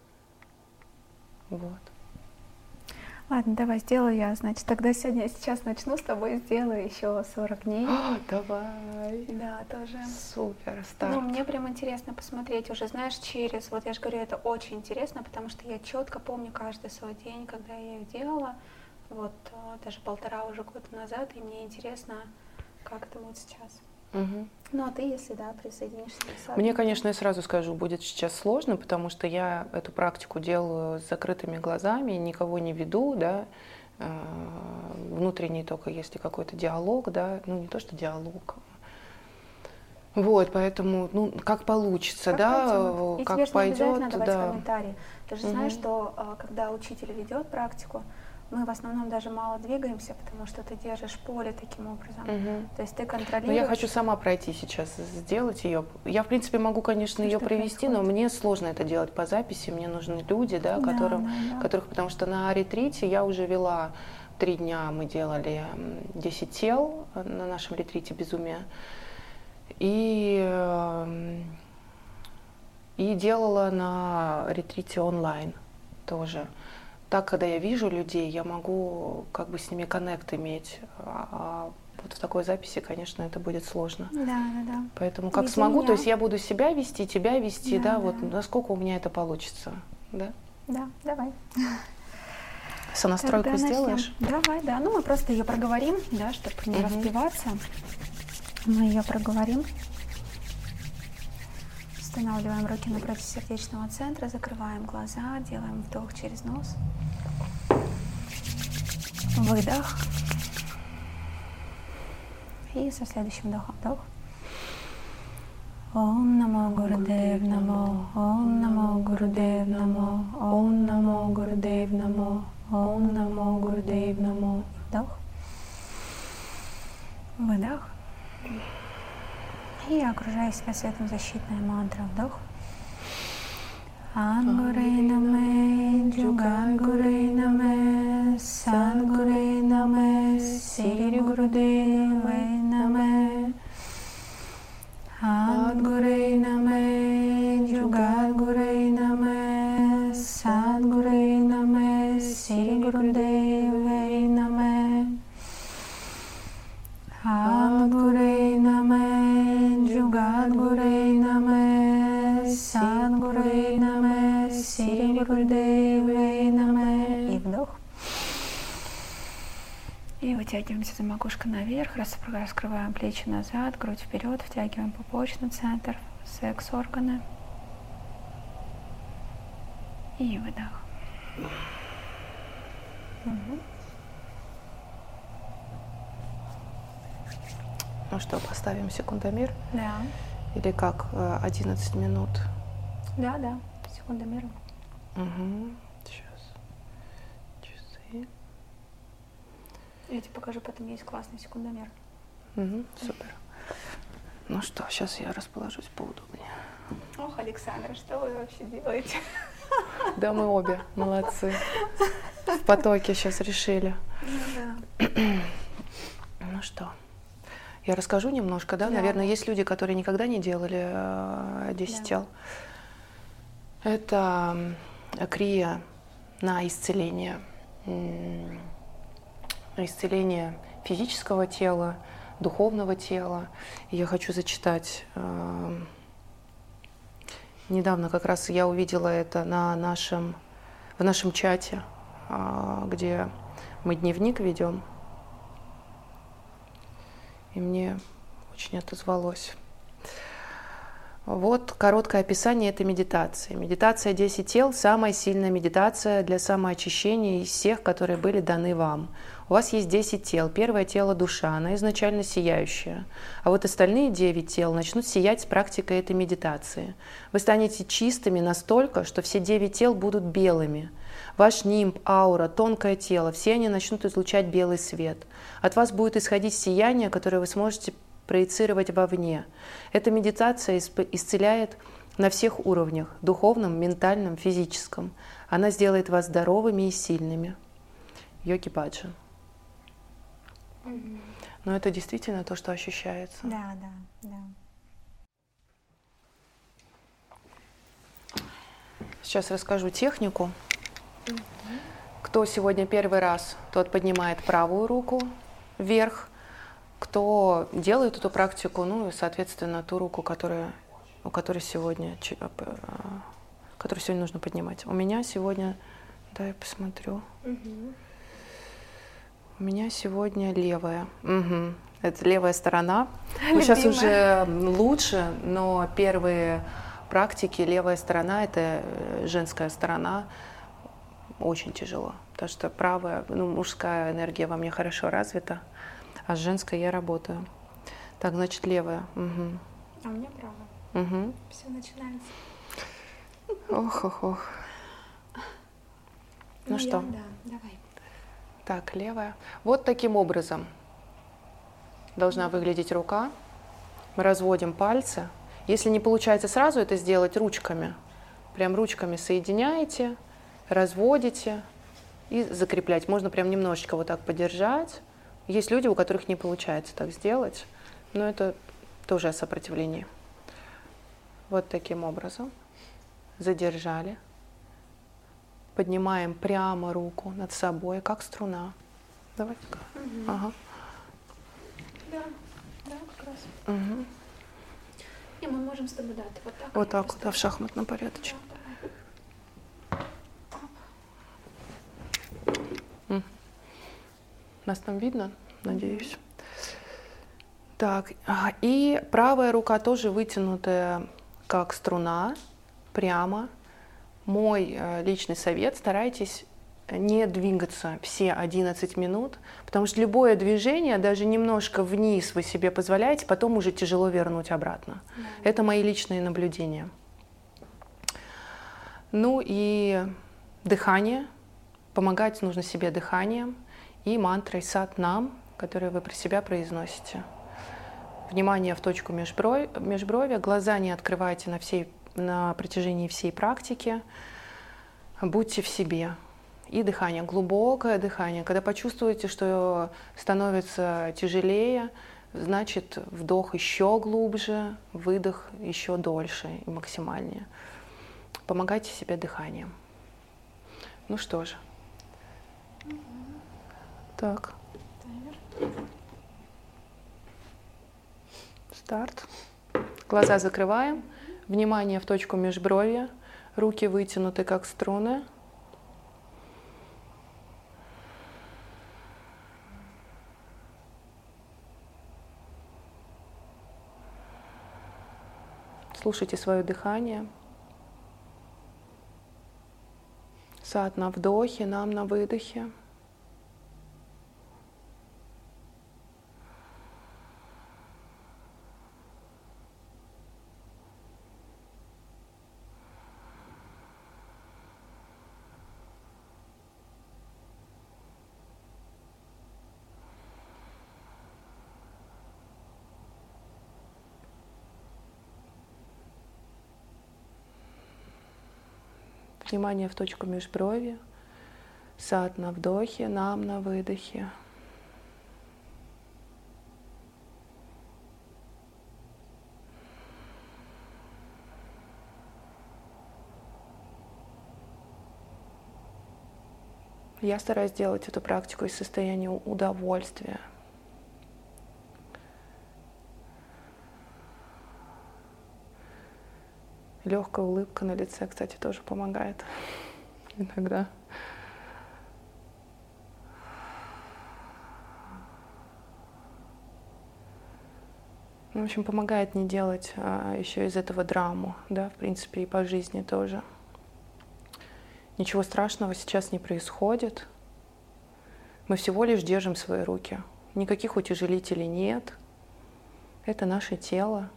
Speaker 2: Вот.
Speaker 1: Ладно, давай сделаю я. Значит, тогда сейчас начну с тобой, сделаю еще 40 дней.
Speaker 2: Давай.
Speaker 1: Да, тоже.
Speaker 2: Супер, старт.
Speaker 1: Ну, мне прям интересно посмотреть уже, знаешь, вот я же говорю, это очень интересно, потому что я четко помню каждый свой день, когда я их делала, вот даже 1,5 уже года назад, и мне интересно, как это будет сейчас.
Speaker 2: Угу.
Speaker 1: Ну, а ты, если, да, присоединишься.
Speaker 2: Мне, конечно, я сразу скажу, будет сейчас сложно, потому что я эту практику делаю с закрытыми глазами, никого не веду, да, внутренний только если какой-то диалог, да, ну, не то, что диалог. Вот, поэтому, ну, как получится, да, как пойдет. И тебе
Speaker 1: не обязательно давать комментарии. Ты же знаешь, что когда учитель ведет практику, мы в основном даже мало двигаемся, потому что ты держишь поле таким образом. То есть ты контролируешь.
Speaker 2: Но я хочу сама пройти сейчас, сделать ее. Я, в принципе, могу, конечно, ее привести, но мне сложно это делать по записи. Мне нужны люди, да, которых, потому что на ретрите я уже вела 3 дня, мы делали 10 тел на нашем ретрите «Безумие». И делала на ретрите онлайн тоже. Так, когда я вижу людей, я могу как бы с ними коннект иметь. А вот в такой записи, конечно, это будет сложно.
Speaker 1: Да.
Speaker 2: Поэтому как смогу, то есть я буду себя вести, тебя вести, да, вот насколько у меня это получится, да?
Speaker 1: Да, давай.
Speaker 2: Сонастройку
Speaker 1: тогда
Speaker 2: сделаешь?
Speaker 1: Начнем. Давай, да, ну мы просто ее проговорим, да, чтобы не распеваться. Мы ее проговорим. Устанавливаем руки напротив сердечного центра, закрываем глаза, делаем вдох через нос. Выдох. И со следующим вдохом вдох. Ом намо Гурудев намо, ом намо Гурудев намо, ом намо Гурудев намо, ом намо Гурудев намо. Вдох. Выдох. И окружаю себя светом защитная мантра. Вдох. Ангурей наме, Джугангурей наме, Сангурей наме, Сири Гурудевей наме. Ангурей наме, Джугангурей наме, Сангурей наме, Сири Гурудевей наме. Ангурей наме, Джугангурей наме, Сангурей наме, Сири Гурудевей наме. И вдох. И вытягиваемся за макушкой наверх, раскрываем плечи назад, грудь вперед, втягиваем пупочный центр, секс-органы. И выдох.
Speaker 2: Ну что, поставим секундомер?
Speaker 1: Да.
Speaker 2: Или как, 11 минут?
Speaker 1: Да, секундомером.
Speaker 2: Сейчас. Часы.
Speaker 1: Я тебе покажу, потом есть классный секундомер.
Speaker 2: Супер. Ну что, сейчас я расположусь поудобнее.
Speaker 1: Ох, Александра, что вы вообще делаете?
Speaker 2: Да, мы обе молодцы. В потоке сейчас решили. Ну что, я расскажу немножко, да? Наверное, есть люди, которые никогда не делали 10 тел. Это крия на исцеление. Исцеление физического тела, духовного тела. И я хочу зачитать. Недавно как раз я увидела это в нашем чате, где мы дневник ведем. и мне очень отозвалось. Вот короткое описание этой медитации. Медитация 10 тел – самая сильная медитация для самоочищения из всех, которые были даны вам. У вас есть 10 тел. Первое тело – душа, она изначально сияющая. А вот остальные 9 тел начнут сиять с практикой этой медитации. Вы станете чистыми настолько, что все 9 тел будут белыми. Ваш нимб, аура, тонкое тело – все они начнут излучать белый свет. От вас будет исходить сияние, которое вы сможете проецировать вовне. Эта медитация исцеляет на всех уровнях – духовном, ментальном, физическом. Она сделает вас здоровыми и сильными. Йоги Баджан. Но это действительно то, что ощущается.
Speaker 1: Да, да, да.
Speaker 2: Сейчас расскажу технику. Кто сегодня первый раз, тот поднимает правую руку вверх. Кто делает эту практику, ну и, соответственно, ту руку, которую сегодня нужно поднимать. У меня сегодня, дай я посмотрю. У меня сегодня левая. Это левая сторона. Ну, сейчас уже лучше, но первые практики левая сторона, это женская сторона, очень тяжело. Потому что правая, мужская энергия во мне хорошо развита, а с женской я работаю. Так, значит, левая.
Speaker 1: А у меня правая. Все начинается.
Speaker 2: Ох. Ну что?
Speaker 1: Да, давай.
Speaker 2: Так, левая. Вот таким образом должна выглядеть рука. Мы разводим пальцы. Если не получается сразу это сделать ручками, прям ручками соединяете, разводите и закреплять. Можно прям немножечко вот так подержать. Есть люди, у которых не получается так сделать, но это тоже о сопротивлении. Вот таким образом. Задержали. Поднимаем прямо руку над собой, как струна. Давайте-ка. Ага.
Speaker 1: Да, как раз. И мы можем с тобой,
Speaker 2: вот так вот, в шахматном порядке. Нас там видно, надеюсь. Так, и правая рука тоже вытянутая, как струна, прямо. Мой личный совет: старайтесь не двигаться все 11 минут, потому что любое движение, даже немножко вниз вы себе позволяете, потом уже тяжело вернуть обратно. Это мои личные наблюдения. Ну и дыхание. Помогать нужно себе дыханием и мантрой Сат-Нам, которую вы про себя произносите. Внимание в точку межбровья, глаза не открывайте на протяжении всей практики. Будьте в себе. И дыхание, глубокое дыхание. Когда почувствуете, что становится тяжелее, значит вдох еще глубже, выдох еще дольше и максимальнее. Помогайте себе дыханием. Ну что же. Так. Старт. Глаза закрываем. Внимание в точку межбровья. Руки вытянуты, как струны. Слушайте свое дыхание. Сат на вдохе, нам на выдохе. Внимание в точку межброви. Сат на вдохе, нам на выдохе. Я стараюсь делать эту практику из состояния удовольствия. Легкая улыбка на лице, кстати, тоже помогает иногда. В общем, помогает не делать еще из этого драму, да, в принципе, и по жизни тоже. Ничего страшного сейчас не происходит. Мы всего лишь держим свои руки. Никаких утяжелителей нет. Это наше тело.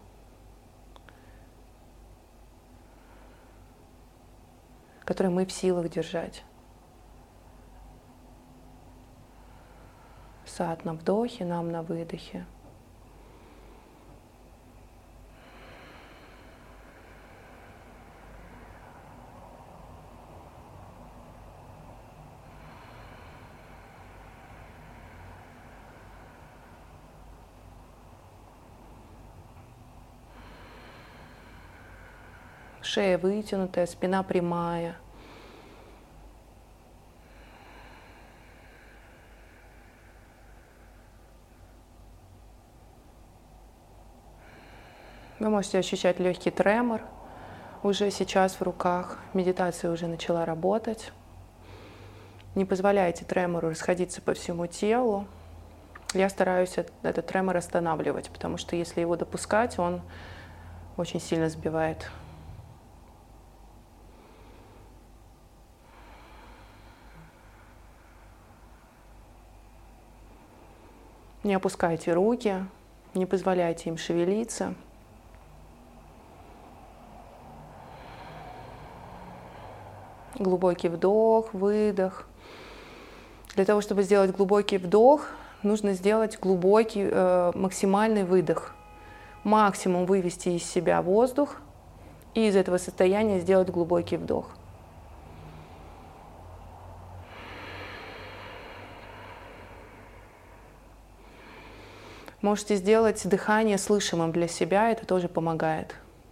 Speaker 2: Которое мы в силах держать. Сад на вдохе, нам на выдохе. Шея вытянутая, спина прямая. Вы можете ощущать легкий тремор уже сейчас в руках. Медитация уже начала работать. Не позволяйте тремору расходиться по всему телу. Я стараюсь этот тремор останавливать, потому что если его допускать, он очень сильно сбивает. Не опускайте руки, не позволяйте им шевелиться. Глубокий вдох, выдох. Для того, чтобы сделать глубокий вдох, нужно сделать глубокий, максимальный выдох. Максимум вывести из себя воздух и из этого состояния сделать глубокий вдох. Можете сделать дыхание слышимым для себя, это тоже помогает.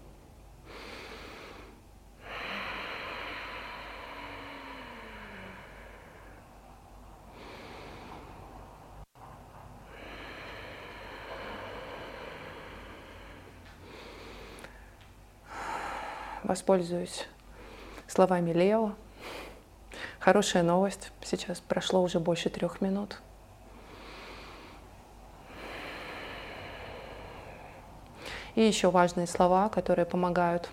Speaker 2: Воспользуюсь словами Лео. Хорошая новость. Сейчас прошло уже больше 3 минут. И еще важные слова, которые помогают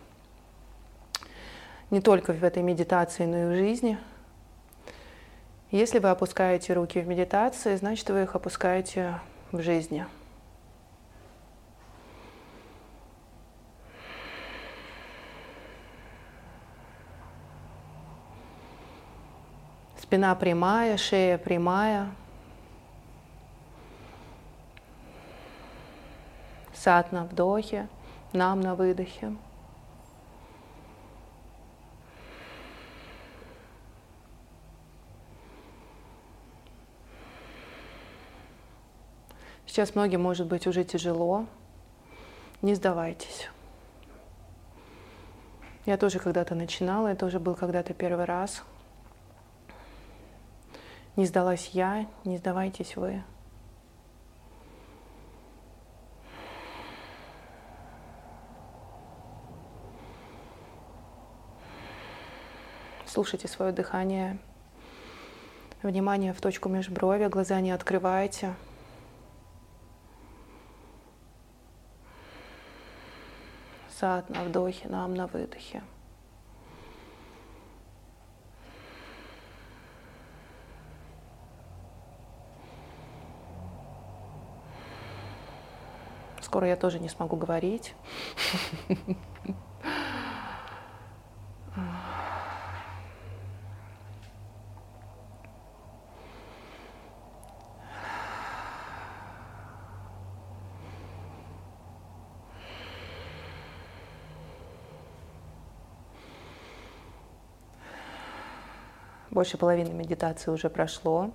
Speaker 2: не только в этой медитации, но и в жизни. Если вы опускаете руки в медитации, значит, вы их опускаете в жизни. Спина прямая, шея прямая. Сад на вдохе, нам на выдохе. Сейчас многим может быть уже тяжело. Не сдавайтесь. Я тоже когда-то начинала, это уже был когда-то первый раз. Не сдалась я, не сдавайтесь вы. Слушайте свое дыхание. Внимание в точку межброви, глаза не открывайте. Сад на вдохе, нам на выдохе. Скоро я тоже не смогу говорить. Больше половины медитации уже прошло.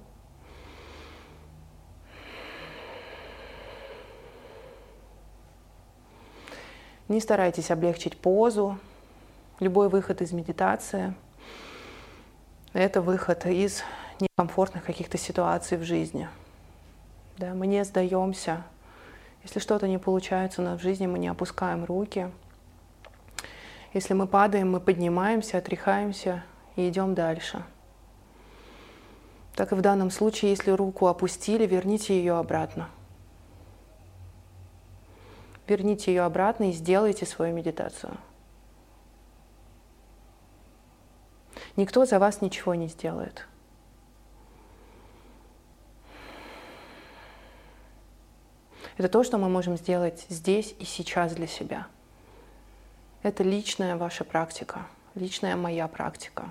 Speaker 2: Не старайтесь облегчить позу. Любой выход из медитации – это выход из некомфортных каких-то ситуаций в жизни. Да, мы не сдаемся. Если что-то не получается у нас в жизни, мы не опускаем руки. Если мы падаем, мы поднимаемся, отряхаемся и идем дальше. Так и в данном случае, если руку опустили, верните ее обратно. верните ее обратно и сделайте свою медитацию. Никто за вас ничего не сделает. Это то, что мы можем сделать здесь и сейчас для себя. Это личная ваша практика, личная моя практика.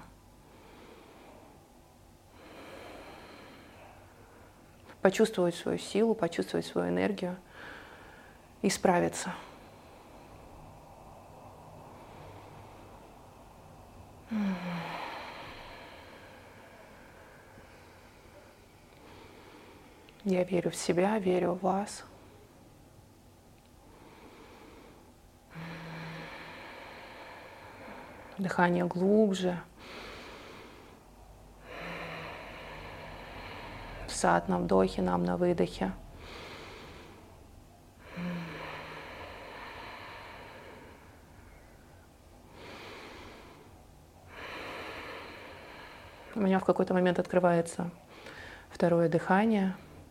Speaker 2: Почувствовать свою силу, почувствовать свою энергию и справиться. Я верю в себя, верю в вас. Дыхание глубже. Сад на вдохе, нам на выдохе. У меня в какой-то момент открывается второе дыхание.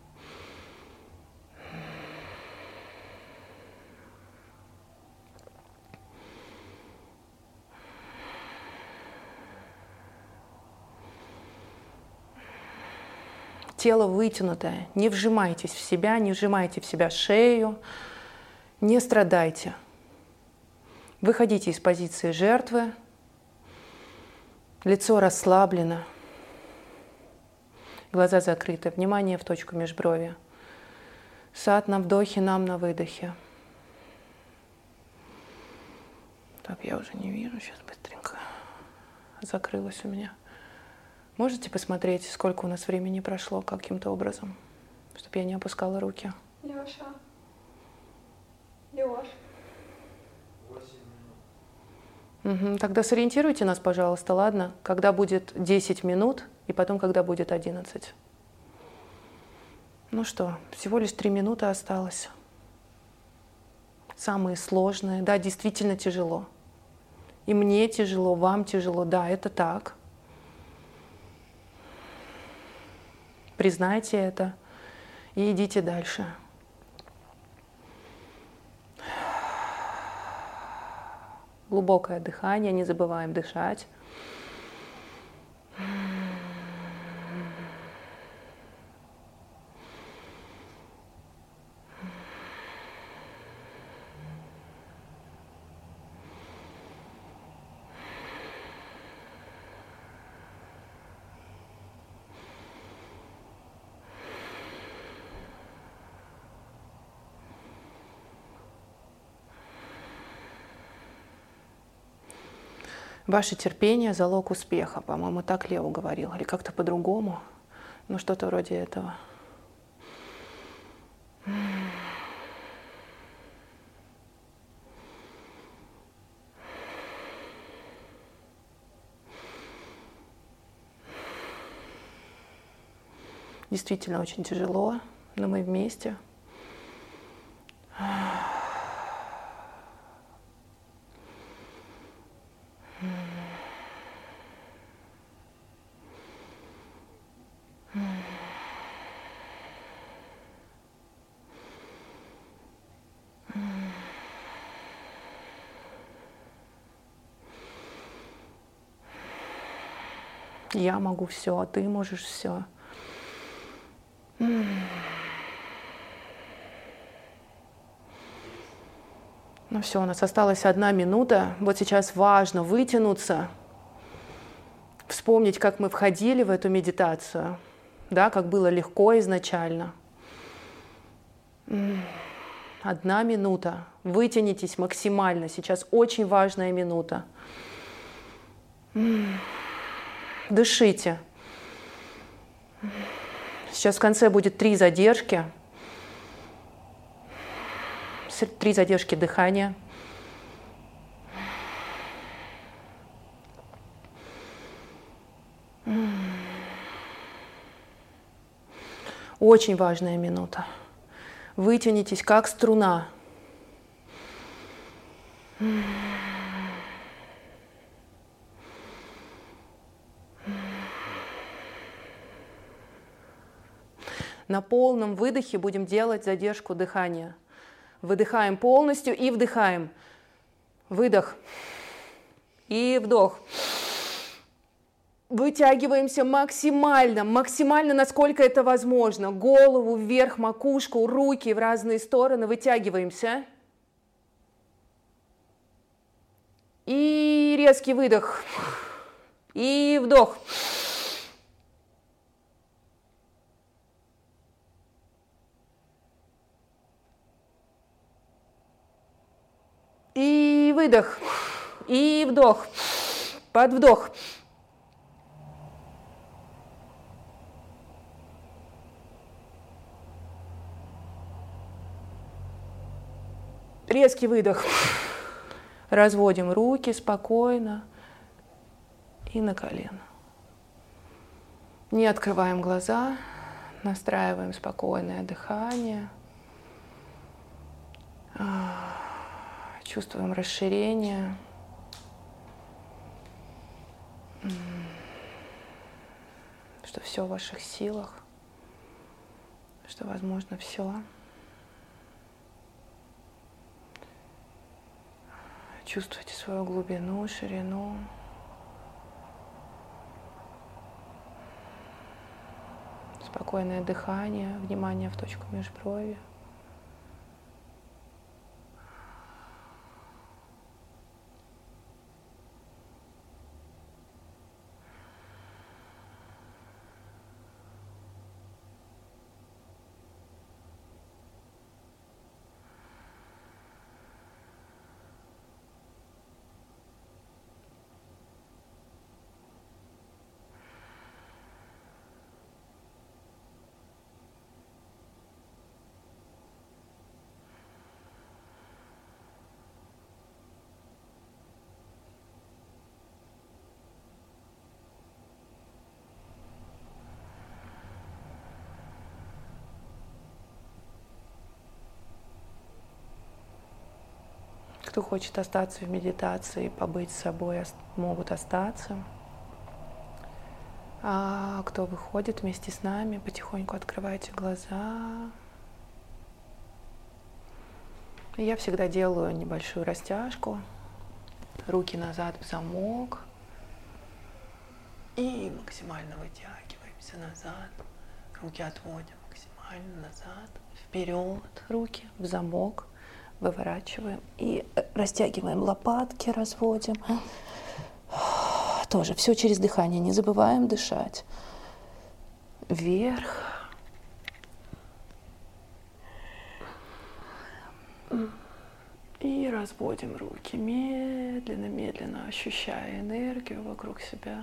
Speaker 2: Тело вытянутое, не вжимайтесь в себя, не вжимайте в себя шею, не страдайте. Выходите из позиции жертвы, лицо расслаблено, глаза закрыты, внимание в точку межброви. Сад на вдохе, нам на выдохе. Так, я уже не вижу, сейчас быстренько закрылось у меня. Можете посмотреть, сколько у нас времени прошло каким-то образом, чтобы я не опускала руки?
Speaker 1: Леша. Леш.
Speaker 3: 8 минут.
Speaker 2: Угу. Тогда сориентируйте нас, пожалуйста, ладно? Когда будет 10 минут, и потом, когда будет 11. Ну что, всего лишь 3 минуты осталось. Самые сложные. Да, действительно тяжело. И мне тяжело, вам тяжело. Да, это так. Признайте это и идите дальше. Глубокое дыхание, не забываем дышать. Ваше терпение – залог успеха. По-моему, так Лео говорил. Или как-то по-другому. Ну, что-то вроде этого. Действительно очень тяжело, но мы вместе. Я могу все, а ты можешь все. Ну все, у нас осталась 1 минута. Вот сейчас важно вытянуться, вспомнить, как мы входили в эту медитацию, да, как было легко изначально. 1 минута. Вытянитесь максимально. Сейчас очень важная минута. Дышите. Сейчас в конце будет 3 задержки. 3 задержки дыхания. Очень важная минута. Вытянитесь, как струна. На полном выдохе будем делать задержку дыхания. Выдыхаем полностью и вдыхаем. Выдох. И вдох. Вытягиваемся максимально, насколько это возможно. Голову вверх, макушку, руки в разные стороны. Вытягиваемся. И резкий выдох. И вдох. И выдох. И вдох. Под вдох. Резкий выдох. Разводим руки спокойно и на колено. Не открываем глаза, настраиваем спокойное дыхание. Чувствуем расширение. Что все в ваших силах, что возможно все. Чувствуйте свою глубину, ширину. Спокойное дыхание, внимание в точку межброви. Кто хочет остаться в медитации, побыть с собой, могут остаться. А кто выходит вместе с нами, потихоньку открывайте глаза. Я всегда делаю небольшую растяжку. Руки назад в замок. И максимально вытягиваемся назад. Руки отводим максимально назад. Вперед, руки в замок. Выворачиваем и растягиваем лопатки, разводим. Тоже все через дыхание, не забываем дышать. Вверх. И разводим руки медленно, медленно, ощущая энергию вокруг себя.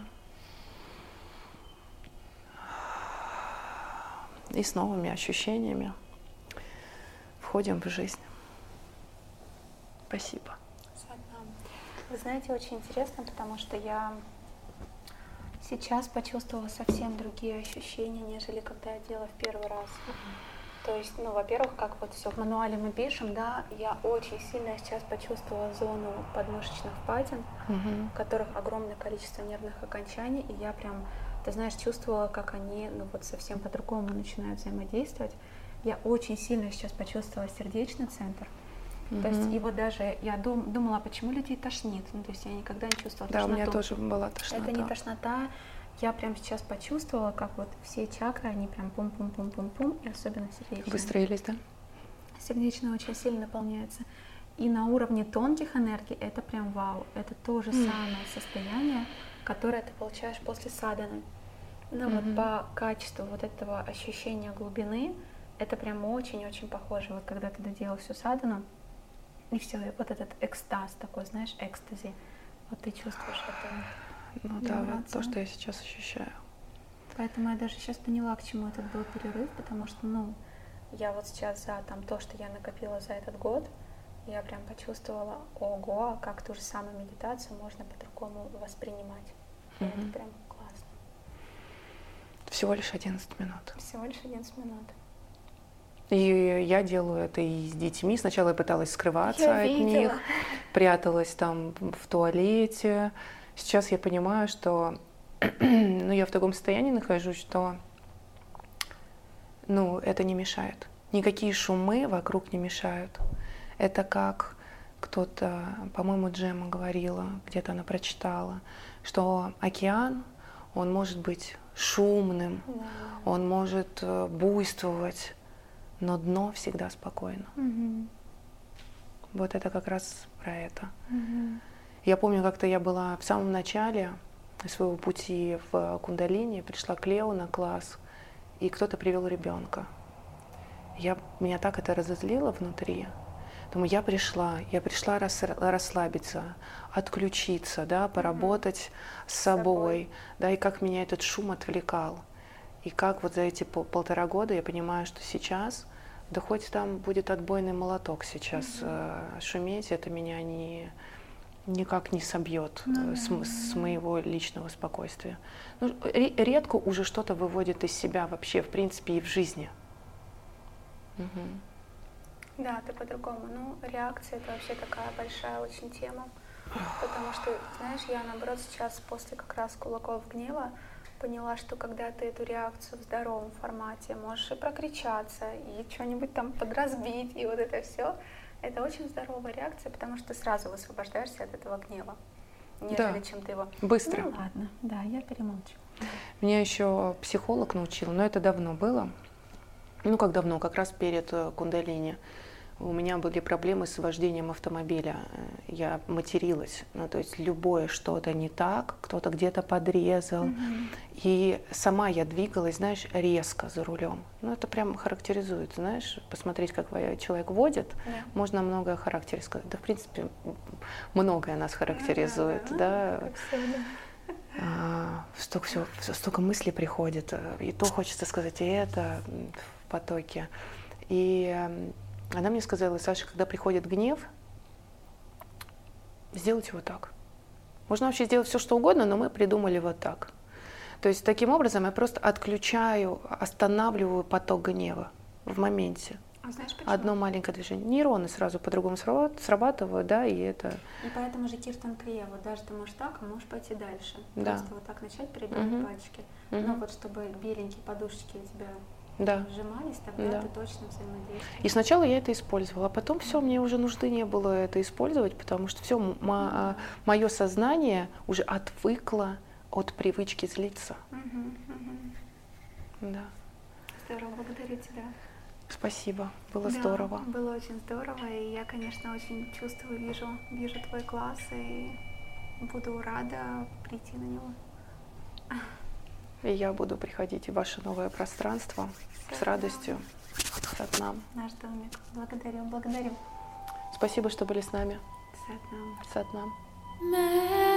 Speaker 2: И с новыми ощущениями входим в жизнь. Спасибо.
Speaker 1: Вы знаете, очень интересно, потому что я сейчас почувствовала совсем другие ощущения, нежели когда я делала в первый раз. То есть, во-первых, как вот все в мануале мы пишем, да, я очень сильно сейчас почувствовала зону подмышечных впадин, в которых огромное количество нервных окончаний, и я прям, ты знаешь, чувствовала, как они, совсем по-другому начинают взаимодействовать. Я очень сильно сейчас почувствовала сердечный центр. То есть, и вот даже я думала, почему людей тошнит. То есть я никогда не чувствовала тошноту.
Speaker 2: Да, у меня тоже была тошнота.
Speaker 1: Это не тошнота. Я прям сейчас почувствовала, как вот все чакры, они прям пум-пум-пум-пум-пум, и особенно сердечная.
Speaker 2: Выстроились, да?
Speaker 1: Сердечная очень сильно наполняется. И на уровне тонких энергий это прям вау. Это то же самое состояние, которое ты получаешь после садханы. Вот по качеству вот этого ощущения глубины, это прям очень-очень похоже. Вот когда ты доделал всю садхану, и все, и вот этот экстаз такой, знаешь, экстази, вот ты чувствуешь это.
Speaker 2: Вот то, что я сейчас ощущаю.
Speaker 1: Поэтому я даже сейчас поняла, к чему этот был перерыв, потому что, я вот сейчас за то, что я накопила за этот год, я прям почувствовала, ого, как ту же самую медитацию можно по-другому воспринимать. И это прям классно.
Speaker 2: Всего лишь 11 минут.
Speaker 1: Всего лишь 11 минут.
Speaker 2: И я делаю это и с детьми. Сначала я пыталась скрываться от них, пряталась там в туалете. Сейчас я понимаю, что я в таком состоянии нахожусь, что это не мешает. никакие шумы вокруг не мешают. Это как кто-то, по-моему, Джема говорила, где-то она прочитала, что океан, он может быть шумным, он может буйствовать, но дно всегда спокойно. Вот это как раз про это. Я помню, как-то я была в самом начале своего пути в кундалини, пришла к Лео на класс, и кто-то привел ребенка. Меня так это разозлило внутри. Думаю, я пришла расслабиться, отключиться, да, поработать с собой, да, и как меня этот шум отвлекал. И как вот за эти 1,5 года я понимаю, что сейчас, да хоть там будет отбойный молоток сейчас шуметь, это меня никак не собьет с моего личного спокойствия. Ну, редко уже что-то выводит из себя вообще, в принципе, и в жизни.
Speaker 1: Да, ты по-другому. Ну, реакция — это вообще такая большая очень тема. Потому что, знаешь, я, наоборот, сейчас после как раз кулаков гнева поняла, что когда ты эту реакцию в здоровом формате можешь и прокричаться, и что-нибудь там подразбить, и вот это все, это очень здоровая реакция, потому что ты сразу высвобождаешься от этого гнева, нежели чем ты его...
Speaker 2: Быстро.
Speaker 1: Ну ладно, да, я перемолчу.
Speaker 2: Меня еще психолог научил, но это давно было. Ну, как давно, как раз перед кундалини. У меня были проблемы с вождением автомобиля. Я материлась. Ну, то есть любое что-то не так, кто-то где-то подрезал. И сама я двигалась, знаешь, резко за рулем. Ну, это прям характеризует, знаешь, посмотреть, как человек водит, можно многое о характере сказать. Да, в принципе, многое нас характеризует, да. Столько мыслей приходит, и то хочется сказать, и это в потоке. И она мне сказала: Саша, когда приходит гнев, сделайте вот так. Можно вообще сделать все, что угодно, но мы придумали вот так. То есть таким образом я просто отключаю, останавливаю поток гнева в моменте.
Speaker 1: А знаешь почему?
Speaker 2: Одно маленькое движение. Нейроны сразу по-другому срабатывают, да, и это...
Speaker 1: И поэтому же Киртан Крия, вот даже ты можешь так, а можешь пойти дальше.
Speaker 2: Да.
Speaker 1: Просто вот так начать перебирать пальчики. Но вот чтобы беленькие подушечки у тебя сжимались, тогда ты точно взаимодействуешь.
Speaker 2: И сначала я это использовала, а потом все, мне уже нужды не было это использовать, потому что все, мое сознание уже отвыкло от привычки злиться. Да.
Speaker 1: Здорово, благодарю тебя.
Speaker 2: Спасибо, было здорово.
Speaker 1: Было очень здорово, и я, конечно, очень чувствую, вижу твой класс, и буду рада прийти на него.
Speaker 2: И я буду приходить в ваше новое пространство с радостью. Сатнам.
Speaker 1: Наш домик. Благодарю.
Speaker 2: Спасибо, что были с нами.
Speaker 1: Сатнам.
Speaker 2: Сатнам.